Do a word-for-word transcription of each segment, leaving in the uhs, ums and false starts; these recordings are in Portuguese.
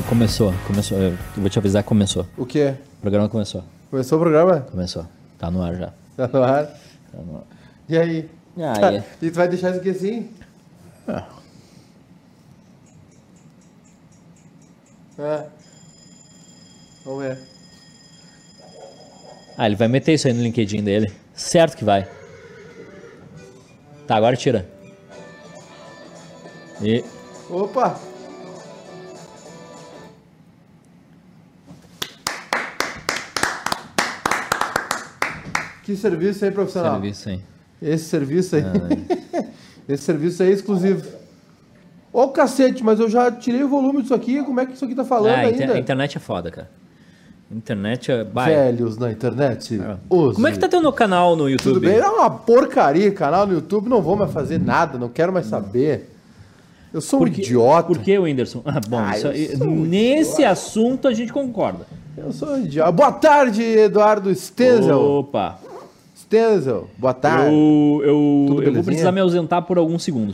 Começou, começou. Eu vou te avisar que começou. O quê? O programa começou. Começou o programa? Começou. Tá no ar já. Tá no ar? Tá no ar. E aí? Ah, Tá. é. E tu vai deixar isso aqui assim? Ah. Ah. Vamos ver. Ah, ele vai meter isso aí no LinkedIn dele. Certo que vai. Tá, agora tira. E... Opa! Que serviço aí, profissional? Serviço aí. Esse serviço aí. Ah, Esse serviço aí é exclusivo. Ô cacete, mas eu já tirei o volume disso aqui. Como é que isso aqui tá falando ah, a inter- ainda? a internet é foda, cara. Internet é... Vai. Velhos na internet. Ah. Use. Como é que tá teu canal no YouTube? Tudo bem? É uma porcaria canal no YouTube. Não vou mais fazer nada. Não quero mais saber. Eu sou um Por que- idiota. Por que, Whindersson? Ah, bom, Ah, isso eu aí- sou um nesse idiota. assunto a gente concorda. Eu sou um idiota. Boa tarde, Eduardo Stenzel. Opa. Stenzel, boa tarde. Eu, eu, eu vou belezinha? precisar me ausentar por alguns segundos.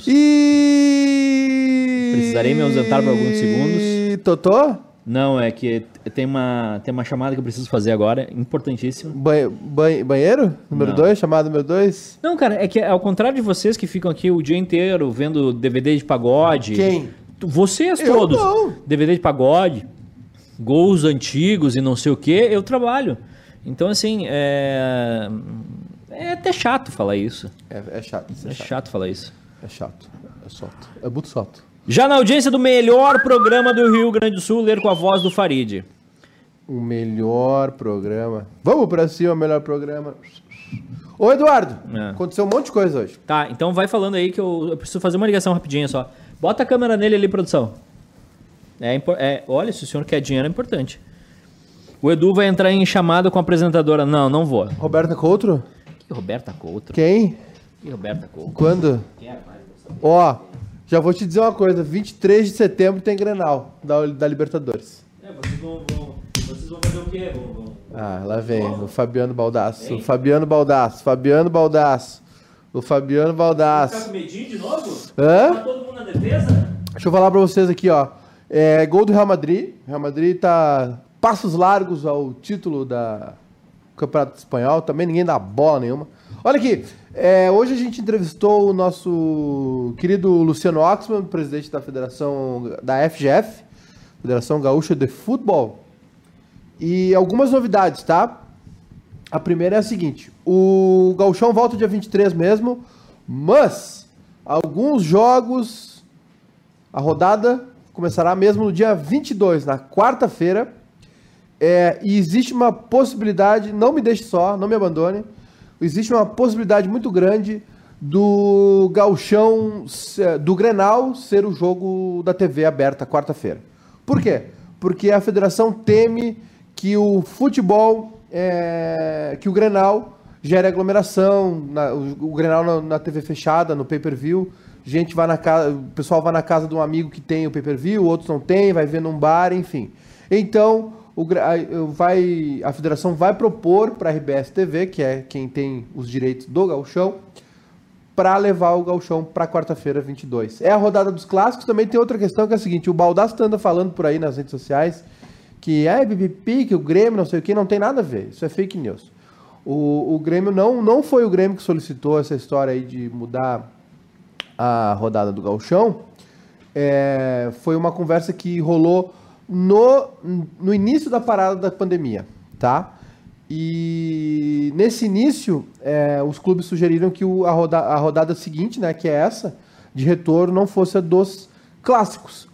E... Precisarei me ausentar por alguns segundos. E Totó? Não, é que tem uma, tem uma chamada que eu preciso fazer agora, importantíssima. Ba ba banheiro? Número Não. dois, chamada número dois? Não, cara, é que ao contrário de vocês que ficam aqui o dia inteiro vendo D V D de pagode. Quem? Tu- Vocês Eu todos. não. D V D de pagode, gols antigos e não sei o que, eu trabalho. Então, assim, é. É até chato falar isso. É, é chato, isso é, É chato. chato falar isso. É chato. É solto. É muito solto. Já na audiência do melhor programa do Rio Grande do Sul, ler com a voz do Farid. O melhor programa. Vamos pra cima, o melhor programa. Ô, Eduardo, É. aconteceu um monte de coisa hoje. Tá, então vai falando aí que eu, eu preciso fazer uma ligação rapidinha só. Bota a câmera nele ali, produção. É, impor- é, olha, se o senhor quer dinheiro, é importante. O Edu vai entrar em chamada com a apresentadora. Não, não vou. Roberta Coutro? Que Roberta Couto? Quem? Que Roberta Couto? Quando? Quem é a mais? Ó, já vou te dizer uma coisa. vinte e três de setembro tem Grenal da, da Libertadores. É, vocês vão, vão- vocês vão fazer o quê? Vão, vão- Ah, lá vem. O Fabiano Baldasso. O Fabiano Baldasso. Fabiano Baldasso. O Fabiano Ficar Baldasso. com medinho de novo? Hã? Tá todo mundo na defesa? Deixa eu falar pra vocês aqui, ó. É, gol do Real Madrid. Real Madrid tá passos largos ao título da Campeonato Espanhol. Também ninguém dá bola nenhuma. Olha aqui. é, hoje a gente entrevistou o nosso querido Luciano Oxman, presidente da Federação da F G F, Federação Gaúcha de Futebol. E algumas novidades, tá? A primeira é a seguinte. O Gauchão volta dia vinte e três mesmo, mas alguns jogos... A rodada começará mesmo no dia vinte e dois, na quarta-feira. É, e existe uma possibilidade, não me deixe só, não me abandone. Existe uma possibilidade muito grande do Gauchão, se- do Grenal, ser o jogo da T V aberta quarta-feira. Por quê? Porque a federação teme que o futebol, é, que o Grenal gere aglomeração, na- o, o Grenal na, na T V fechada, no pay-per-view. Gente vai na casa, o pessoal vai na casa de um amigo que tem o pay-per-view, outros não tem, vai ver num bar, enfim. Então, o, gra- a- vai, a federação vai propor para a R B S T V, que é quem tem os direitos do Gauchão, para levar o Gauchão para quarta-feira, vinte e dois. É a rodada dos clássicos. Também tem outra questão que é a seguinte: o Baldasso anda falando por aí nas redes sociais que é pipipi, que o Grêmio não sei o que, não tem nada a ver. Isso é fake news. O, o Grêmio não, não foi o Grêmio que solicitou essa história aí de mudar a rodada do Gauchão. É, foi uma conversa que rolou no, no início da parada da pandemia, tá? E nesse início, é, os clubes sugeriram que o, a, roda, a rodada seguinte, né, que é essa, de retorno, não fosse a dos clássicos.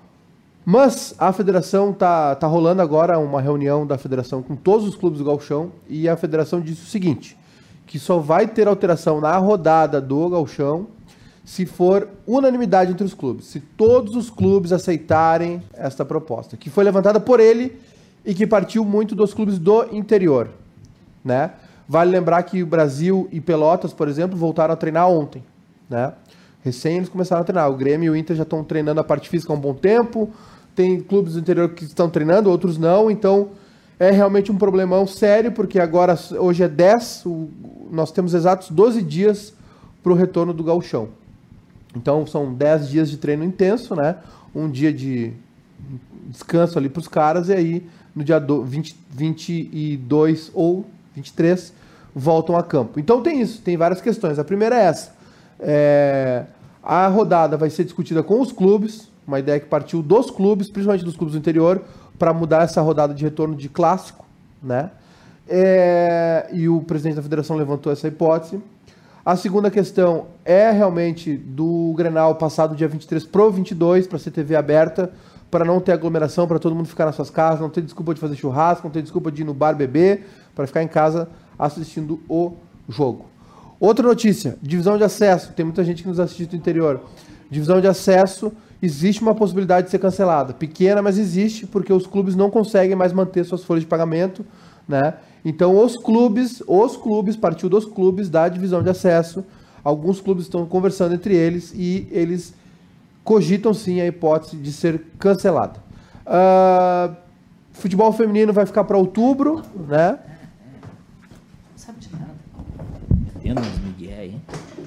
Mas a federação tá, tá rolando agora uma reunião da federação com todos os clubes do Gauchão, e a federação disse o seguinte, que só vai ter alteração na rodada do Gauchão se for unanimidade entre os clubes, se todos os clubes aceitarem esta proposta, que foi levantada por ele e que partiu muito dos clubes do interior, né? Vale lembrar que o Brasil e Pelotas, por exemplo, voltaram a treinar ontem, né? Recém eles começaram a treinar. O Grêmio e o Inter já estão treinando a parte física há um bom tempo, tem clubes do interior que estão treinando, outros não, então é realmente um problemão sério, porque agora, hoje é dez, o, nós temos exatos doze dias para o retorno do Gauchão. Então são dez dias de treino intenso, né? Um dia de, descanso ali pros caras, e aí no dia do, vinte, vinte e dois ou vinte e três voltam a campo. Então tem isso, tem várias questões. A primeira é essa. É, a rodada vai ser discutida com os clubes, uma ideia que partiu dos clubes, principalmente dos clubes do interior, para mudar essa rodada de retorno de clássico, né? É, e o presidente da federação levantou essa hipótese. A segunda questão é realmente do Grenal passar do dia vinte e três pro vinte e dois, para ser T V aberta, para não ter aglomeração, para todo mundo ficar nas suas casas, não ter desculpa de fazer churrasco, não ter desculpa de ir no bar beber, para ficar em casa assistindo o jogo. Outra notícia, divisão de acesso. Tem muita gente que nos assiste do interior. Divisão de acesso, existe uma possibilidade de ser cancelada. Pequena, mas existe, porque os clubes não conseguem mais manter suas folhas de pagamento, né? Então, os clubes, os clubes, partiu dos clubes da divisão de acesso. Alguns clubes estão conversando entre eles e eles cogitam sim a hipótese de ser cancelada. Uh, futebol feminino vai ficar para outubro, né? Não sabe de nada. Metendo uns Miguel aí.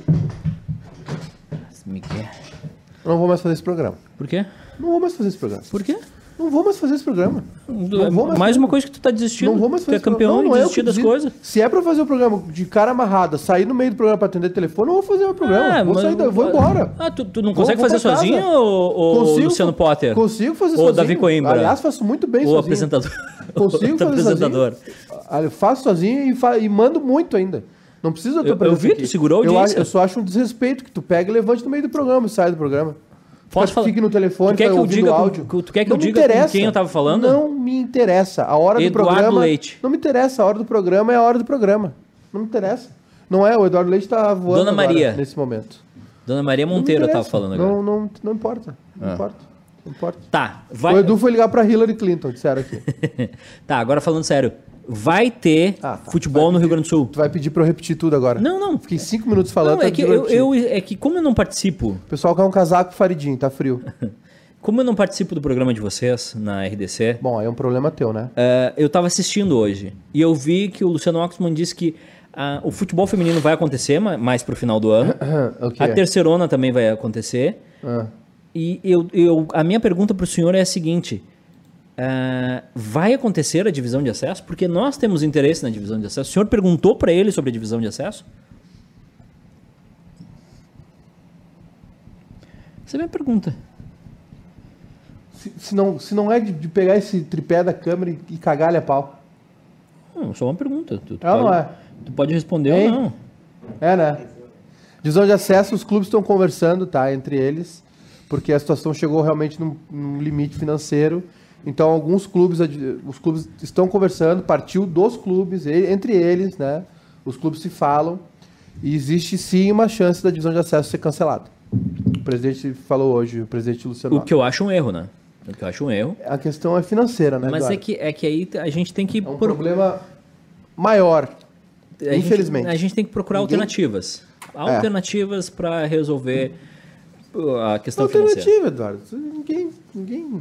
Miguel. Não vou mais fazer esse programa. Por quê? Não vou mais fazer esse programa. Por quê? Não vou mais fazer esse programa. Não vou mais, mais uma coisa que tu tá desistindo. Não vou mais fazer tu é campeão não, não e é desistir das coisas. Se é pra fazer o programa de cara amarrada, sair no meio do programa pra atender telefone, não vou fazer o programa. Ah, vou, mas, sair, da, vou embora. Ah, tu, tu não vou, consegue vou fazer sozinho ou, ou consigo, Luciano Potter? Consigo fazer ou sozinho. Ou Davi Coimbra? Aliás, faço muito bem ou sozinho. O apresentador. Consigo fazer apresentador. sozinho. Faço sozinho e, fa e mando muito ainda. Não precisa da tua eu, presença eu vi, aqui. tu segurou a eu, audiência. eu só acho um desrespeito que tu pega e levante no meio do programa e sai do programa. Posso falar? Fique no telefone, tu quer que eu diga áudio. Com, tu quer que não eu diga interessa. com quem eu tava falando? Não me interessa. A hora Eduardo do programa... Leite. Não me interessa. A hora do programa é a hora do programa. Não me interessa. Não é, o Eduardo Leite tá voando Dona Maria. agora, nesse momento. Dona Maria Monteiro eu tava falando agora. Não, não, não importa. Não ah. importa. Não importa. Tá. Vai... O Edu foi ligar pra Hillary Clinton, disseram aqui. Tá, agora falando sério. Vai ter ah, tá. futebol pedir, no Rio Grande do Sul. Tu vai pedir pra eu repetir tudo agora? Não, não. Fiquei cinco minutos falando. Não, é, que eu, eu, é que como eu não participo... O pessoal quer um casaco faridinho, tá frio. Como eu não participo do programa de vocês na R D C... Bom, aí é um problema teu, né? Uh, eu tava assistindo hoje. E eu vi que o Luciano Oxman disse que uh, o futebol feminino vai acontecer mais pro final do ano. Okay. A terceirona também vai acontecer. Ah. E eu, eu, a minha pergunta pro senhor é a seguinte... Uh, vai acontecer a divisão de acesso? Porque nós temos interesse na divisão de acesso. O senhor perguntou para ele sobre a divisão de acesso? Essa é a minha pergunta. Se, se, não, se não é de, de pegar esse tripé da câmera e, e cagar-lhe a pau. Não, só uma pergunta. Tu, tu é ou não é? Tu pode responder Hein? ou não. É, né? Divisão de acesso, os clubes estão conversando, tá? Entre eles, porque a situação chegou realmente num, num limite financeiro. Então, alguns clubes, os clubes estão conversando, partiu dos clubes, entre eles, né? Os clubes se falam e existe sim uma chance da divisão de acesso ser cancelada. O presidente falou hoje, o presidente Luciano. O que eu acho um erro, né? O que eu acho um erro. A questão é financeira, né, Mas Eduardo? é que, é que aí a gente tem que... É um por... problema maior, a infelizmente. Gente, a gente tem que procurar Ninguém... alternativas. Alternativas é. para resolver a questão Alternativa, financeira. Alternativa, Eduardo. Ninguém... ninguém...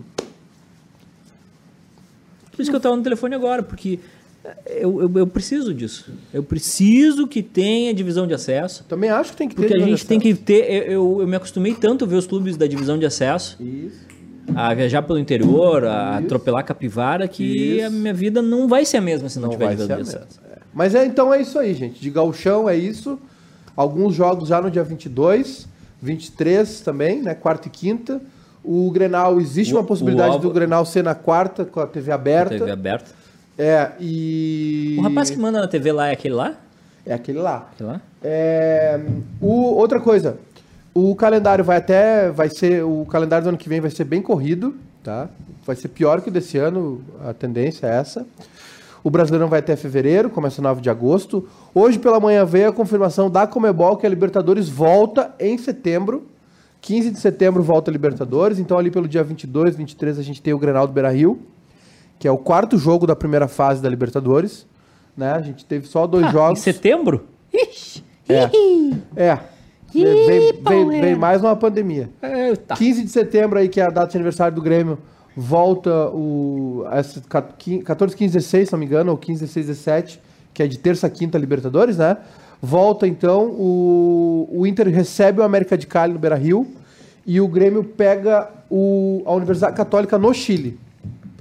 Por isso que eu estava no telefone agora, porque eu, eu, eu preciso disso. Eu preciso que tenha divisão de acesso. Também acho que tem que ter. Porque a gente tem que ter... Eu, eu, eu me acostumei tanto a ver os clubes da divisão de acesso, isso. a viajar pelo interior, a isso. atropelar capivara, que isso. a minha vida não vai ser a mesma se não, não tiver divisão de acesso. É. Mas é, então é isso aí, gente. De gauchão é isso. Alguns jogos já no dia vinte e dois, vinte e três também, né? Quarta e quinta. O Grenal, existe o, uma possibilidade do Grenal ser na quarta, com a T V aberta. A T V aberta. É, e... O rapaz que manda na T V lá é aquele lá? É aquele lá. Aquele lá? É, o, outra coisa, o calendário vai até, vai ser, o calendário do ano que vem vai ser bem corrido, tá? Vai ser pior que o desse ano, a tendência é essa. O Brasileirão vai até fevereiro, começa nove de agosto. Hoje pela manhã veio a confirmação da Conmebol que a Libertadores volta em setembro. quinze de setembro volta a Libertadores, então ali pelo dia vinte e dois, vinte e três a gente tem o Grenal do Beira-Rio, que é o quarto jogo da primeira fase da Libertadores, né? A gente teve só dois ah, jogos. Em setembro? Ixi. É. É. Vem, vem, vem mais uma pandemia. É, tá. quinze de setembro aí, que é a data de aniversário do Grêmio, volta o quatorze, quinze, dezesseis, se não me engano, ou quinze, dezesseis, dezessete, que é de terça a quinta Libertadores, né? Volta, então, o, o Inter recebe o América de Cali no Beira-Rio e o Grêmio pega o, a Universidade Católica no Chile.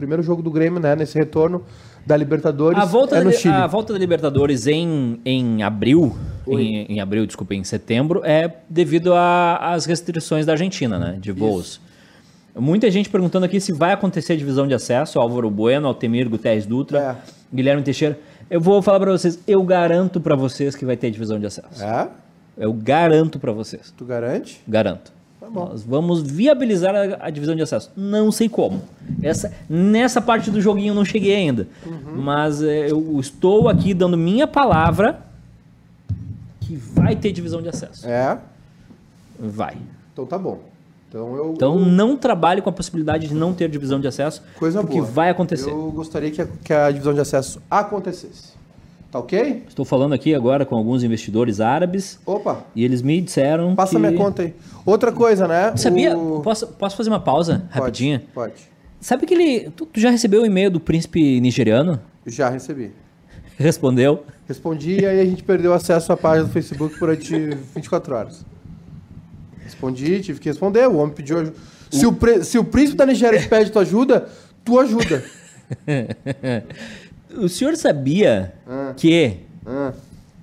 primeiro jogo do Grêmio, né? Nesse retorno da Libertadores A volta, é da, no li- Chile. a volta da Libertadores em, em abril, em, em abril, desculpa, em setembro, é devido a- às restrições da Argentina, né? De voos. Muita gente perguntando aqui se vai acontecer a divisão de acesso, Álvaro Bueno, Altemir Guterres Dutra, É. Guilherme Teixeira. Eu vou falar pra vocês, eu garanto pra vocês que vai ter divisão de acesso. É? Eu garanto pra vocês. Tu garante? Garanto. Tá bom. Nós vamos viabilizar a, a divisão de acesso. Não sei como. Essa, nessa parte do joguinho eu não cheguei ainda. Uhum. Mas é, eu estou aqui dando minha palavra que vai ter divisão de acesso. É? Vai. Então tá bom. Então eu... Então eu- não trabalhe com a possibilidade de não ter divisão de acesso. Coisa porque boa. vai acontecer. Eu gostaria que a, que a divisão de acesso acontecesse. Tá ok? Estou falando aqui agora com alguns investidores árabes Opa, e eles me disseram passa que... minha conta aí. Outra coisa, né? Sabia? O- Posso, posso fazer uma pausa Pode, rapidinha? Pode. Sabe que ele... Tu, tu já recebeu o e-mail do príncipe nigeriano? Já recebi. Respondeu. Respondi e aí a gente perdeu acesso à página do Facebook durante vinte e quatro horas. Respondi, tive que responder. O homem pediu ajuda. Se o, pre- se o príncipe da Nigéria te pede tua ajuda, tu ajuda. O senhor sabia Ah. que Ah,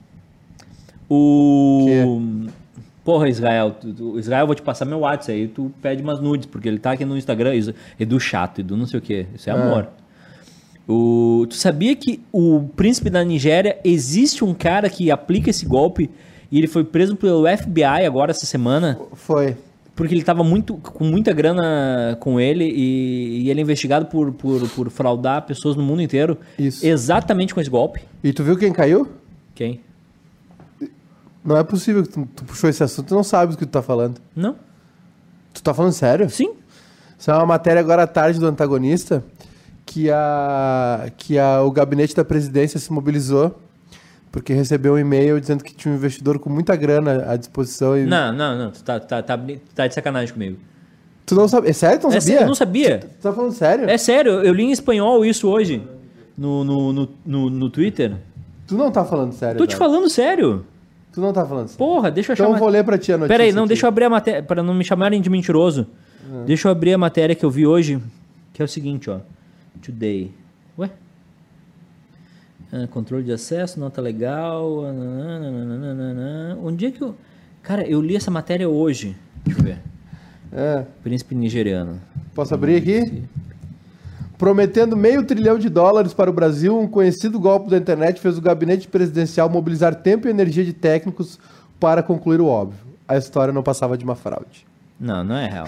o... Porra, Israel, tu, tu- Israel, eu vou te passar meu WhatsApp aí, tu pede umas nudes, porque ele tá aqui no Instagram, isso, Edu chato, Edu não sei o que, isso é amor. O, tu sabia que o príncipe da Nigéria, existe um cara que aplica esse golpe e ele foi preso pelo F B I agora essa semana, foi. porque ele tava muito, com muita grana com ele e, e ele é investigado por, por, por fraudar pessoas no mundo inteiro, Isso. exatamente com esse golpe. E tu viu quem caiu? Quem? Não é possível que tu, tu puxou esse assunto e não sabe do que tu tá falando. Não? Tu tá falando sério? Sim. Isso é uma matéria agora à tarde do Antagonista que, a, que a, o gabinete da presidência se mobilizou porque recebeu um e-mail dizendo que tinha um investidor com muita grana à disposição. E... Não, não, não. Tu tá, tá, tá, tá de sacanagem comigo. Tu não sabe? É sério? Tu não É sabia? sério, eu não sabia. Tu tá falando sério? É sério, eu li em espanhol isso hoje no, no, no, no, no Twitter. Tu não tá falando sério, Tô te Eduardo. falando sério. Tu não tá falando sério. Porra, deixa eu Então chamar. eu vou ler pra ti a notícia. Pera aí, não, aqui. deixa eu abrir a matéria, para não me chamarem de mentiroso. Deixa eu abrir a matéria que eu vi hoje, que é o seguinte, ó. Today. Ué? Ah, controle de acesso, nota legal. nananana. Onde é que eu... Cara, eu li essa matéria hoje. Deixa eu ver. É. Príncipe nigeriano. Posso abrir aqui? Prometendo meio trilhão de dólares para o Brasil, um conhecido golpe da internet fez o gabinete presidencial mobilizar tempo e energia de técnicos para concluir o óbvio. A história não passava de uma fraude. Não, não é real.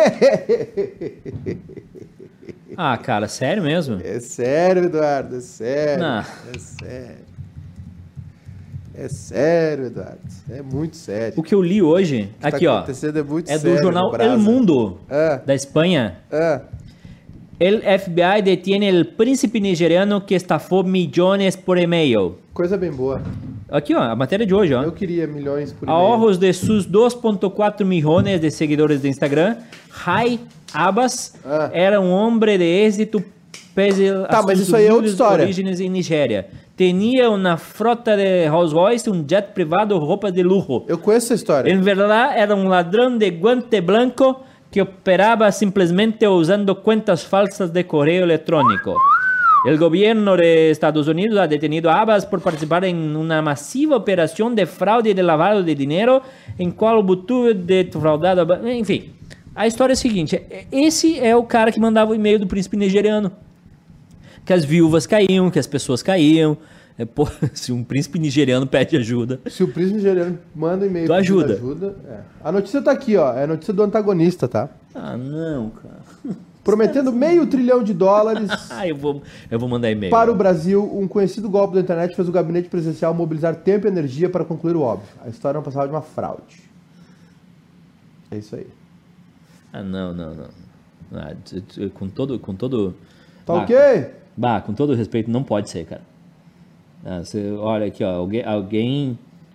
Ah, cara, sério mesmo? É sério, Eduardo, é sério. Não. É sério. É sério, Eduardo. É muito sério. O que eu li hoje, que tá aqui ó, acontecendo é muito é do sério no jornal Brasa. El Mundo, É. da Espanha. É. El F B I detiene el príncipe nigeriano que estafou millones por e-mail. Coisa bem boa. Aqui ó, a matéria de hoje ó. Eu queria milhões por e-mail. Ahorros de sus dois vírgula quatro millones de seguidores de Instagram, Jai Abbas Ah. era um homem de êxito pese a Tá, mas sus isso aí é outra humildes história. origens em Nigéria. Tinha uma frota de Rolls Royce, um jet privado, roupa de luxo. Eu conheço essa história. En verdad era un ladrón de guante blanco que operaba simplemente usando cuentas falsas de correo electrónico. El gobierno de Estados Unidos ha detenido a Abbas por participar en una masiva operación de fraude y de lavado de dinero, en cual obtuvo defraudado... Enfim, a história é a seguinte, esse é o cara que mandava o e-mail do príncipe nigeriano. Que as viúvas caíam, que as pessoas caíam. É, pô, se um príncipe nigeriano pede ajuda... Se o príncipe nigeriano manda um e-mail Tu pedindo ajuda. ajuda é. A notícia tá aqui, ó. É a notícia do Antagonista, tá? Ah, não, cara. Prometendo meio trilhão de dólares Ah, eu vou, eu vou mandar e-mail. para o Brasil, um conhecido golpe da internet fez o gabinete presidencial mobilizar tempo e energia para concluir o óbvio. A história não passava de uma fraude. É isso aí. Ah, não, não, não. Ah, t- t- com todo, com todo... Tá Ah, ok? Bah, com todo respeito, não pode ser, cara. Ah, você, olha aqui, ó, alguém... alguém...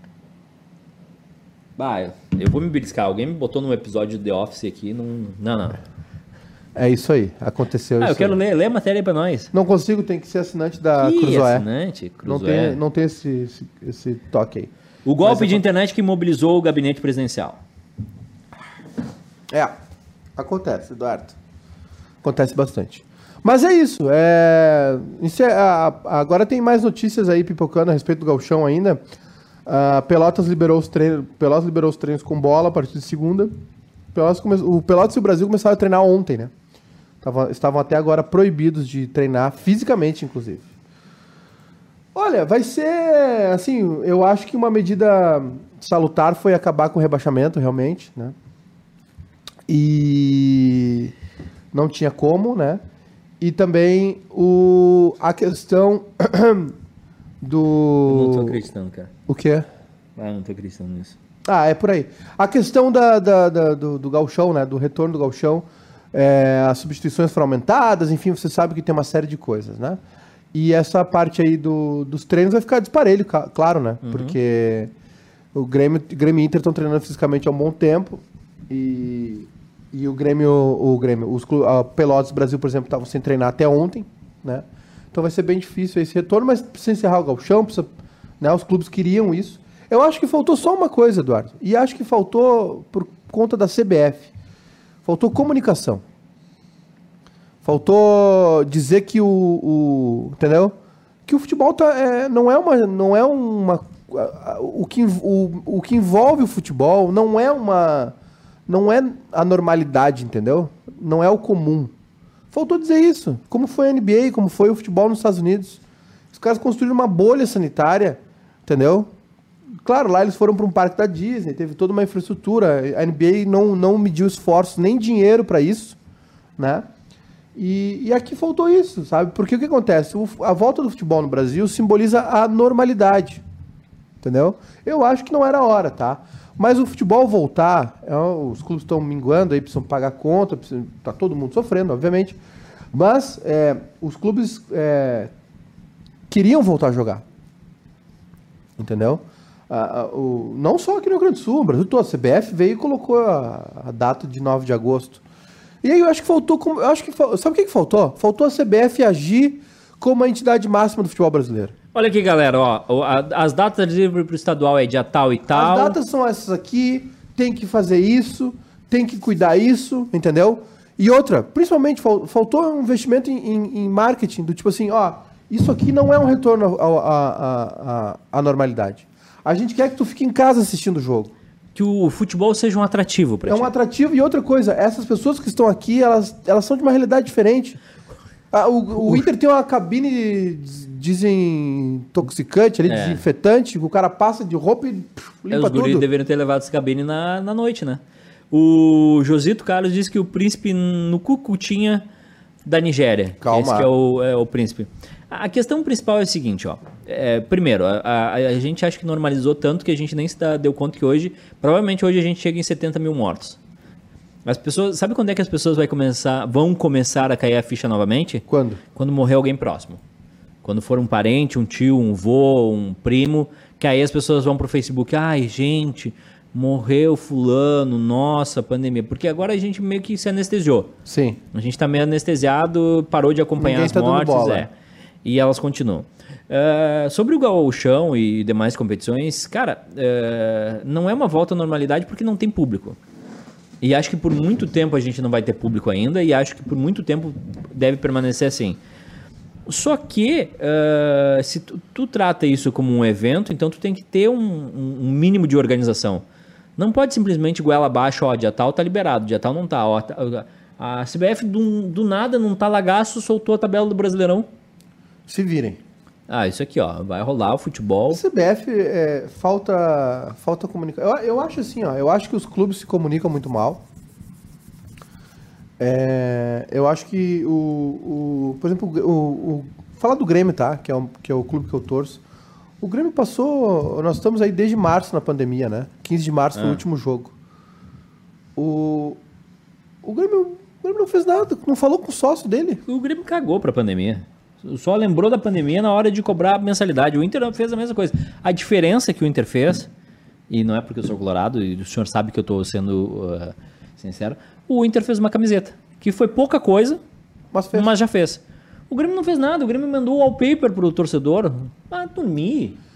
Bah, eu, eu vou me beliscar. Alguém me botou num episódio de The Office aqui, não... Não, não. É isso aí. Aconteceu Ah, isso eu quero aí. ler, ler a matéria aí pra nós. Não consigo, tem que ser assinante da Ih, Cruzoé. assinante, Não Cruzoé. tem, não tem esse, esse, esse toque aí. O golpe Mas de é- internet que mobilizou o gabinete presidencial. É, acontece, Eduardo. Acontece bastante. Mas é isso. É... isso é a- agora tem mais notícias aí pipocando a respeito do gauchão ainda. A Pelotas liberou os treinos, Pelotas liberou os treinos com bola a partir de segunda. Pelotas come... O Pelotas e o Brasil começaram a treinar ontem, né? Tava... Estavam até agora proibidos de treinar fisicamente, inclusive. Olha, vai ser, assim, eu acho que uma medida salutar foi acabar com o rebaixamento, realmente, né? E não tinha como, né? E também o, a questão do... Eu não tô acreditando, cara. O quê? Ah, não tô acreditando nisso. Ah, é por aí. A questão da, da- da- do, do gauchão, né? Do retorno do gauchão, é, as substituições foram aumentadas, enfim, você sabe que tem uma série de coisas, né? E essa parte aí do- dos treinos vai ficar disparelho, ca- claro, né? Porque o Grêmio, Grêmio e Inter estão treinando fisicamente há um bom tempo e, e o Grêmio, o Grêmio, os clu- a Pelotas Brasil, por exemplo, estavam sem treinar até ontem, né? Então vai ser bem difícil esse retorno, mas precisa encerrar o gauchão, precisa, né? Os clubes queriam isso. Eu acho que faltou só uma coisa, Eduardo, e acho que faltou por conta da C B F. Faltou comunicação. Faltou dizer que o, o- entendeu? Que o futebol tá, é, não é uma, não é uma, o que, env- o, o que envolve o futebol não é uma, não é a normalidade, entendeu? Não é o comum. Faltou dizer isso. Como foi a N B A, como foi o futebol nos Estados Unidos. Os caras construíram uma bolha sanitária, entendeu? Claro, lá eles foram para um parque da Disney, teve toda uma infraestrutura. A N B A não, não mediu esforços nem dinheiro para isso, né? E, e aqui faltou isso, sabe? Porque o que acontece? O- a volta do futebol no Brasil simboliza a normalidade, entendeu? Eu acho que não era a hora, tá? Mas o futebol voltar, é, os clubes estão minguando aí, precisam pagar conta, precisam, tá todo mundo sofrendo, obviamente. Mas é, os clubes é, queriam voltar a jogar, entendeu? Ah, ah, o- não só aqui no Rio Grande do Sul, o Brasil todo, a C B F veio e colocou a, a data de nove de agosto. E aí eu acho que faltou, como- eu acho que fal- sabe o que, que faltou? Faltou a C B F agir como a entidade máxima do futebol brasileiro. Olha aqui, galera, ó, o- a- as datas livres pro estadual é dia tal e tal. As datas são essas aqui, tem que fazer isso, tem que cuidar isso, entendeu? E outra, principalmente fal- faltou um investimento em, em- em marketing, do tipo assim, ó, isso aqui não é um retorno ao- à à- à- à normalidade. A gente quer que tu fique em casa assistindo o jogo. Que o futebol seja um atrativo pra É ti. um atrativo e outra coisa, essas pessoas que estão aqui, elas, elas são de uma realidade diferente. Ah, o, o Inter tem uma cabine des- desintoxicante ali, É. desinfetante, que o cara passa de roupa e pff, É, limpa os guris tudo. deveriam ter levado essa cabine na, na noite, né? O Josito Carlos disse que o príncipe no Cucutinha da Nigéria. Calma. Esse que é o, é o príncipe. A questão principal é a seguinte, ó. É, primeiro, a, a- a gente acha que normalizou tanto que a gente nem se dá- deu conta que hoje, provavelmente hoje a gente chega em setenta mil mortos. As pessoas, sabe quando é que as pessoas vai começar, vão começar a cair a ficha novamente? Quando? Quando morrer alguém próximo. Quando for um parente, um tio, um vô, um primo, que aí as pessoas vão pro Facebook, ai, gente, morreu fulano, nossa, pandemia. Porque agora a gente meio que se anestesiou. Sim. A gente tá meio anestesiado, parou de acompanhar Ninguém as tá dando mortes, bola. é. E elas continuam. É, sobre o gauchão e demais competições, cara, é, não é uma volta à normalidade porque não tem público. E acho que por muito tempo a gente não vai ter público ainda e acho que por muito tempo deve permanecer assim. Só que, uh, se tu, tu trata isso como um evento, então tu tem que ter um, um- um mínimo de organização. Não pode simplesmente goela abaixo, ó, dia tal tá liberado, dia tal não tá. Ó, tá- a C B F do, do nada, num talagaço, soltou a tabela do Brasileirão. Se virem. Ah, isso aqui, ó, vai rolar o futebol. A C B F é, falta, falta comunicação. Eu, eu acho assim, ó, eu acho que os clubes se comunicam muito mal. É, eu acho que o, o por exemplo, o, o falar do Grêmio, tá? Que é, o, que é o clube que eu torço. O Grêmio passou, nós estamos aí desde março na pandemia, né? quinze de março foi o Ah. último jogo. O, o Grêmio, o Grêmio não fez nada, não falou com o sócio dele. O Grêmio cagou pra pandemia. Só lembrou da pandemia na hora de cobrar a mensalidade. O Inter fez a mesma coisa. A diferença que o Inter fez, e não é porque eu sou colorado, e o senhor sabe que eu estou sendo uh, sincero, o Inter fez uma camiseta, que foi pouca coisa, Mas fez. mas já fez. O Grêmio não fez nada, o Grêmio mandou o wallpaper pro torcedor. Ah, dormir.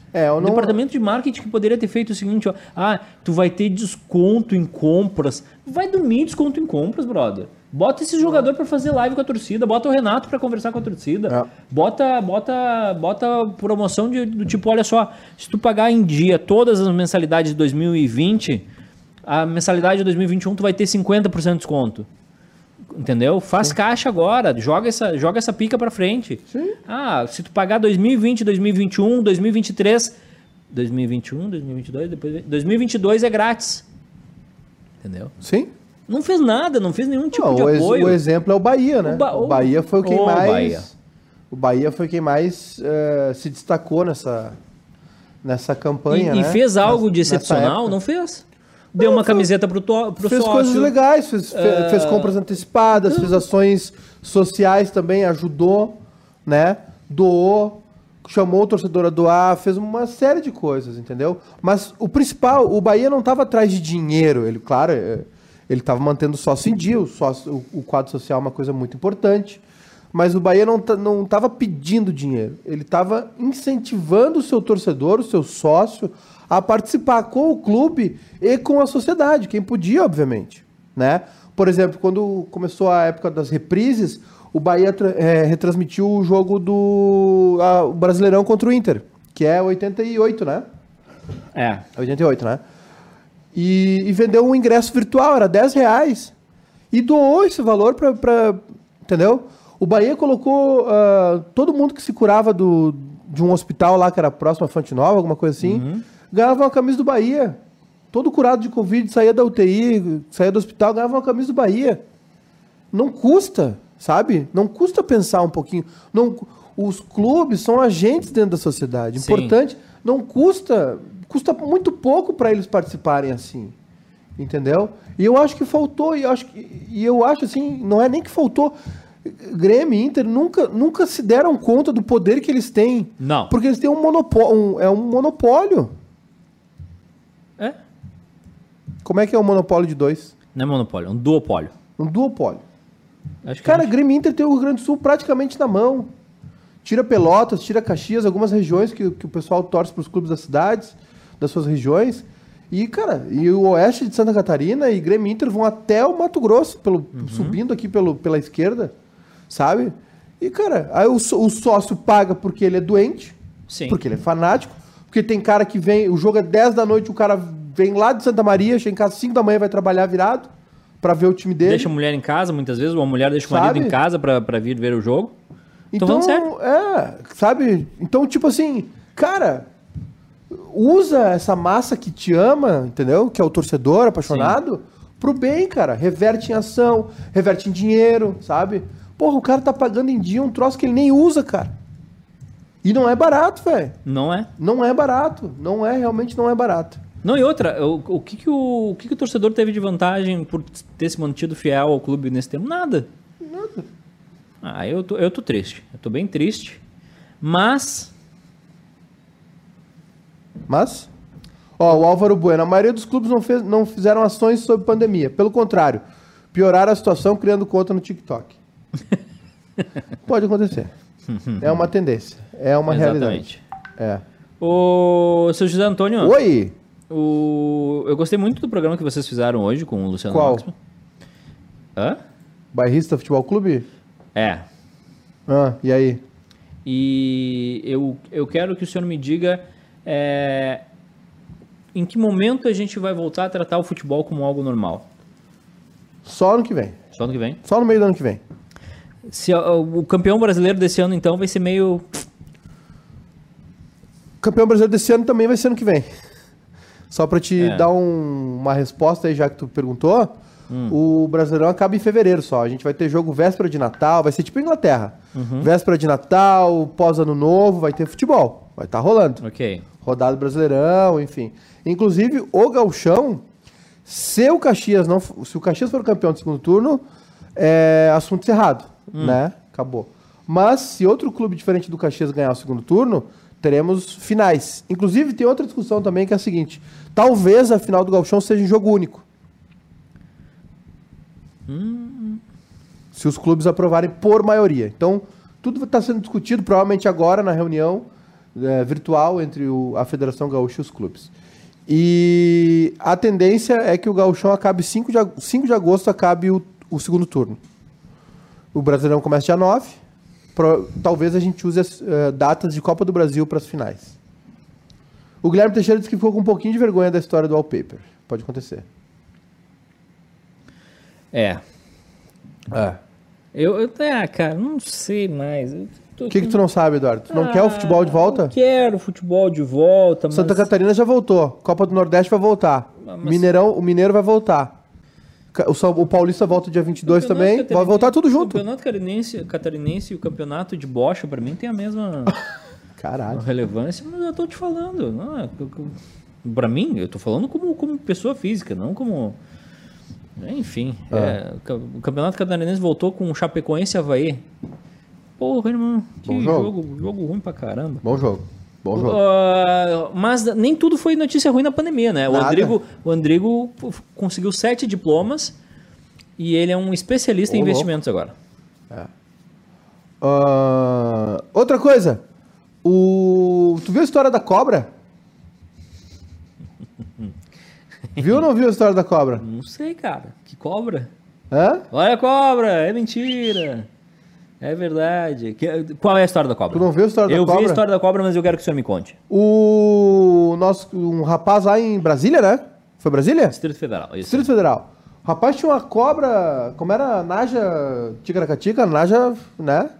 É, eu O não... departamento de marketing que poderia ter feito o seguinte, ó. Ah, tu vai ter desconto em compras. Vai dormir desconto em compras, brother. Bota esse jogador pra fazer live com a torcida. Bota o Renato pra conversar com a torcida. É. Bota, bota, bota promoção de, do tipo, olha só. Se tu pagar em dia todas as mensalidades de dois mil e vinte, a mensalidade de dois mil e vinte e um tu vai ter cinquenta por cento de desconto. Entendeu? Faz Sim. caixa agora, joga essa, joga essa pica pra frente. Sim. Ah, se tu pagar dois mil e vinte, dois mil e vinte e um, dois mil e vinte e três, dois mil e vinte e um, dois mil e vinte e dois, depois dois mil e vinte e dois é grátis. Entendeu? Sim. Não fez nada, não fez nenhum tipo não, de o apoio. O exemplo é o Bahia, né? O, ba o Bahia foi quem o mais Bahia. O Bahia foi quem mais uh, se destacou nessa nessa campanha, e, né? E fez algo nessa, de excepcional? Não fez? Deu não, uma foi, camiseta pro, to, pro fez sócio. Fez coisas legais, fez, uh... fez compras antecipadas, uh... fez ações sociais também, ajudou, né? Doou, chamou o torcedor a doar, fez uma série de coisas, entendeu? Mas o principal, o Bahia não estava atrás de dinheiro, ele, claro, ele estava mantendo o sócio em dia, o, sócio, o, o quadro social é uma coisa muito importante, mas o Bahia não não estava pedindo dinheiro, ele estava incentivando o seu torcedor, o seu sócio, a participar com o clube e com a sociedade, quem podia, obviamente, né? Por exemplo, quando começou a época das reprises, o Bahia é, retransmitiu o jogo do a, o Brasileirão contra o Inter, que é oitenta e oito, né? É. oitenta e oito, né? E, e vendeu um ingresso virtual, era dez reais. E doou esse valor para... pra entendeu? O Bahia colocou uh, todo mundo que se curava do, de um hospital lá, que era próximo a Fonte Nova, alguma coisa assim, uhum. ganhava uma camisa do Bahia. Todo curado de Covid, saía da U T I, saía do hospital, ganhava uma camisa do Bahia. Não custa, sabe? Não custa pensar um pouquinho. Não, os clubes são agentes dentro da sociedade. Sim. Importante. Não custa, custa muito pouco para eles participarem assim. Entendeu? E eu acho que faltou, e eu acho, que, e eu acho assim, não é nem que faltou. Grêmio e Inter nunca, nunca se deram conta do poder que eles têm. Não. Porque eles têm um monopólio. Um, é um monopólio. É? Como é que é o monopólio de dois? Não é monopólio, é um duopólio. Um duopólio. Acho que Cara, gente... Grêmio e Inter tem o Rio Grande do Sul praticamente na mão. Tira Pelotas, tira Caxias, algumas regiões que, que o pessoal torce para os clubes das cidades, das suas regiões. E, cara, e o oeste de Santa Catarina e Grêmio e Inter vão até o Mato Grosso, pelo, uhum. subindo aqui pelo, pela esquerda, sabe? E, cara, aí o, o sócio paga porque ele é doente, Sim. porque ele é fanático, porque tem cara que vem, o jogo é dez da noite, o cara vem lá de Santa Maria, chega em casa cinco da manhã, vai trabalhar virado pra ver o time dele. Deixa a mulher em casa, muitas vezes, ou a mulher deixa o marido sabe? em casa pra, pra vir ver o jogo. Então, é, sabe? Então, tipo assim, cara, usa essa massa que te ama, entendeu? Que é o torcedor apaixonado, Sim. pro bem, cara. Reverte em ação, reverte em dinheiro, sabe? Porra, o cara tá pagando em dia um troço que ele nem usa, cara. E não é barato, velho. Não é? Não é barato. Não é, realmente não é barato. Não, e outra, o, o, que, que, o, o que, que o torcedor teve de vantagem por ter se mantido fiel ao clube nesse tempo? Nada. Nada. Ah, eu tô, eu tô triste. Eu tô bem triste. Mas... Mas? Ó, o Álvaro Bueno. A maioria dos clubes não, fez, não fizeram ações sobre pandemia. Pelo contrário, pioraram a situação criando conta no TikTok. Pode acontecer. É uma tendência. É uma Exatamente. realidade. É. Ô, seu José Antônio. Oi! O... Eu gostei muito do programa que vocês fizeram hoje com o Luciano Qual? Maximo. Hã? Bairrista Futebol Clube? É. Ah, e aí? E eu, eu quero que o senhor me diga é, em que momento a gente vai voltar a tratar o futebol como algo normal. Só ano que vem. Só ano que vem? Só no meio do ano que vem. Se, o campeão brasileiro desse ano, então, vai ser meio... O campeão brasileiro desse ano também vai ser ano que vem. Só pra te É. dar um- uma resposta aí, já que tu perguntou, o Brasileirão acaba em fevereiro só. A gente vai ter jogo véspera de Natal, vai ser tipo Inglaterra. Véspera de Natal, pós-ano novo, vai ter futebol. Vai estar rolando. Ok. Rodada do Brasileirão, enfim. Inclusive, o Gauchão, se o Caxias não, f- se o Caxias for o campeão do segundo turno, é assunto encerrado, né? Acabou. Mas se outro clube diferente do Caxias ganhar o segundo turno, teremos finais. Inclusive, tem outra discussão também que é a seguinte: talvez a final do Gauchão seja em jogo único. Se os clubes aprovarem por maioria. Então, tudo está sendo discutido, provavelmente agora na reunião é, virtual entre o, a Federação Gaúcha e os clubes. E a tendência é que o Gauchão acabe cinco de, cinco de agosto, acabe o, o segundo turno. O Brasileirão começa dia nove. Pro, talvez a gente use as uh, datas de Copa do Brasil para as finais. O Guilherme Teixeira disse que ficou com um pouquinho de vergonha da história do wallpaper. Pode acontecer. É. É. Eu, eu ah, cara, não sei mais. O que, que tu não sabe, Eduardo? Tu não ah, quer o futebol de volta? Eu quero futebol de volta, mas... Santa Catarina já voltou. Copa do Nordeste vai voltar. Mas... Mineirão, o Mineiro vai voltar. O, o Paulista volta dia vinte e dois também. Vai voltar tudo junto. O campeonato catarinense, catarinense e o campeonato de bocha, pra mim, tem a mesma Caralho. relevância, mas eu tô te falando. Não, é, pra mim, eu tô falando como, como pessoa física, não como... Enfim, ah. é, o campeonato catarinense voltou com o Chapecoense e Avaí. Porra, irmão, que Bom jogo. jogo, jogo ruim pra caramba. Bom jogo. Bom jogo. Uh, mas nem tudo foi notícia ruim na pandemia, né? O Nada. Andrigo, o Andrigo conseguiu sete diplomas e ele é um especialista Ô, em investimentos louco. agora. É. Uh, outra coisa. O... Tu viu a história da cobra? Viu ou não viu a história da cobra? Não sei, cara. Que cobra? Hã? Olha a cobra, é mentira. É verdade. Que, qual é a história da cobra? Tu não viu a história eu da cobra? Eu vi a história da cobra, mas eu quero que o senhor me conte. O nosso, um rapaz lá em Brasília, né? Foi Brasília? Distrito Federal. Isso. Distrito Federal. O rapaz tinha uma cobra, como era? Naja Ticaracatica, Naja, né?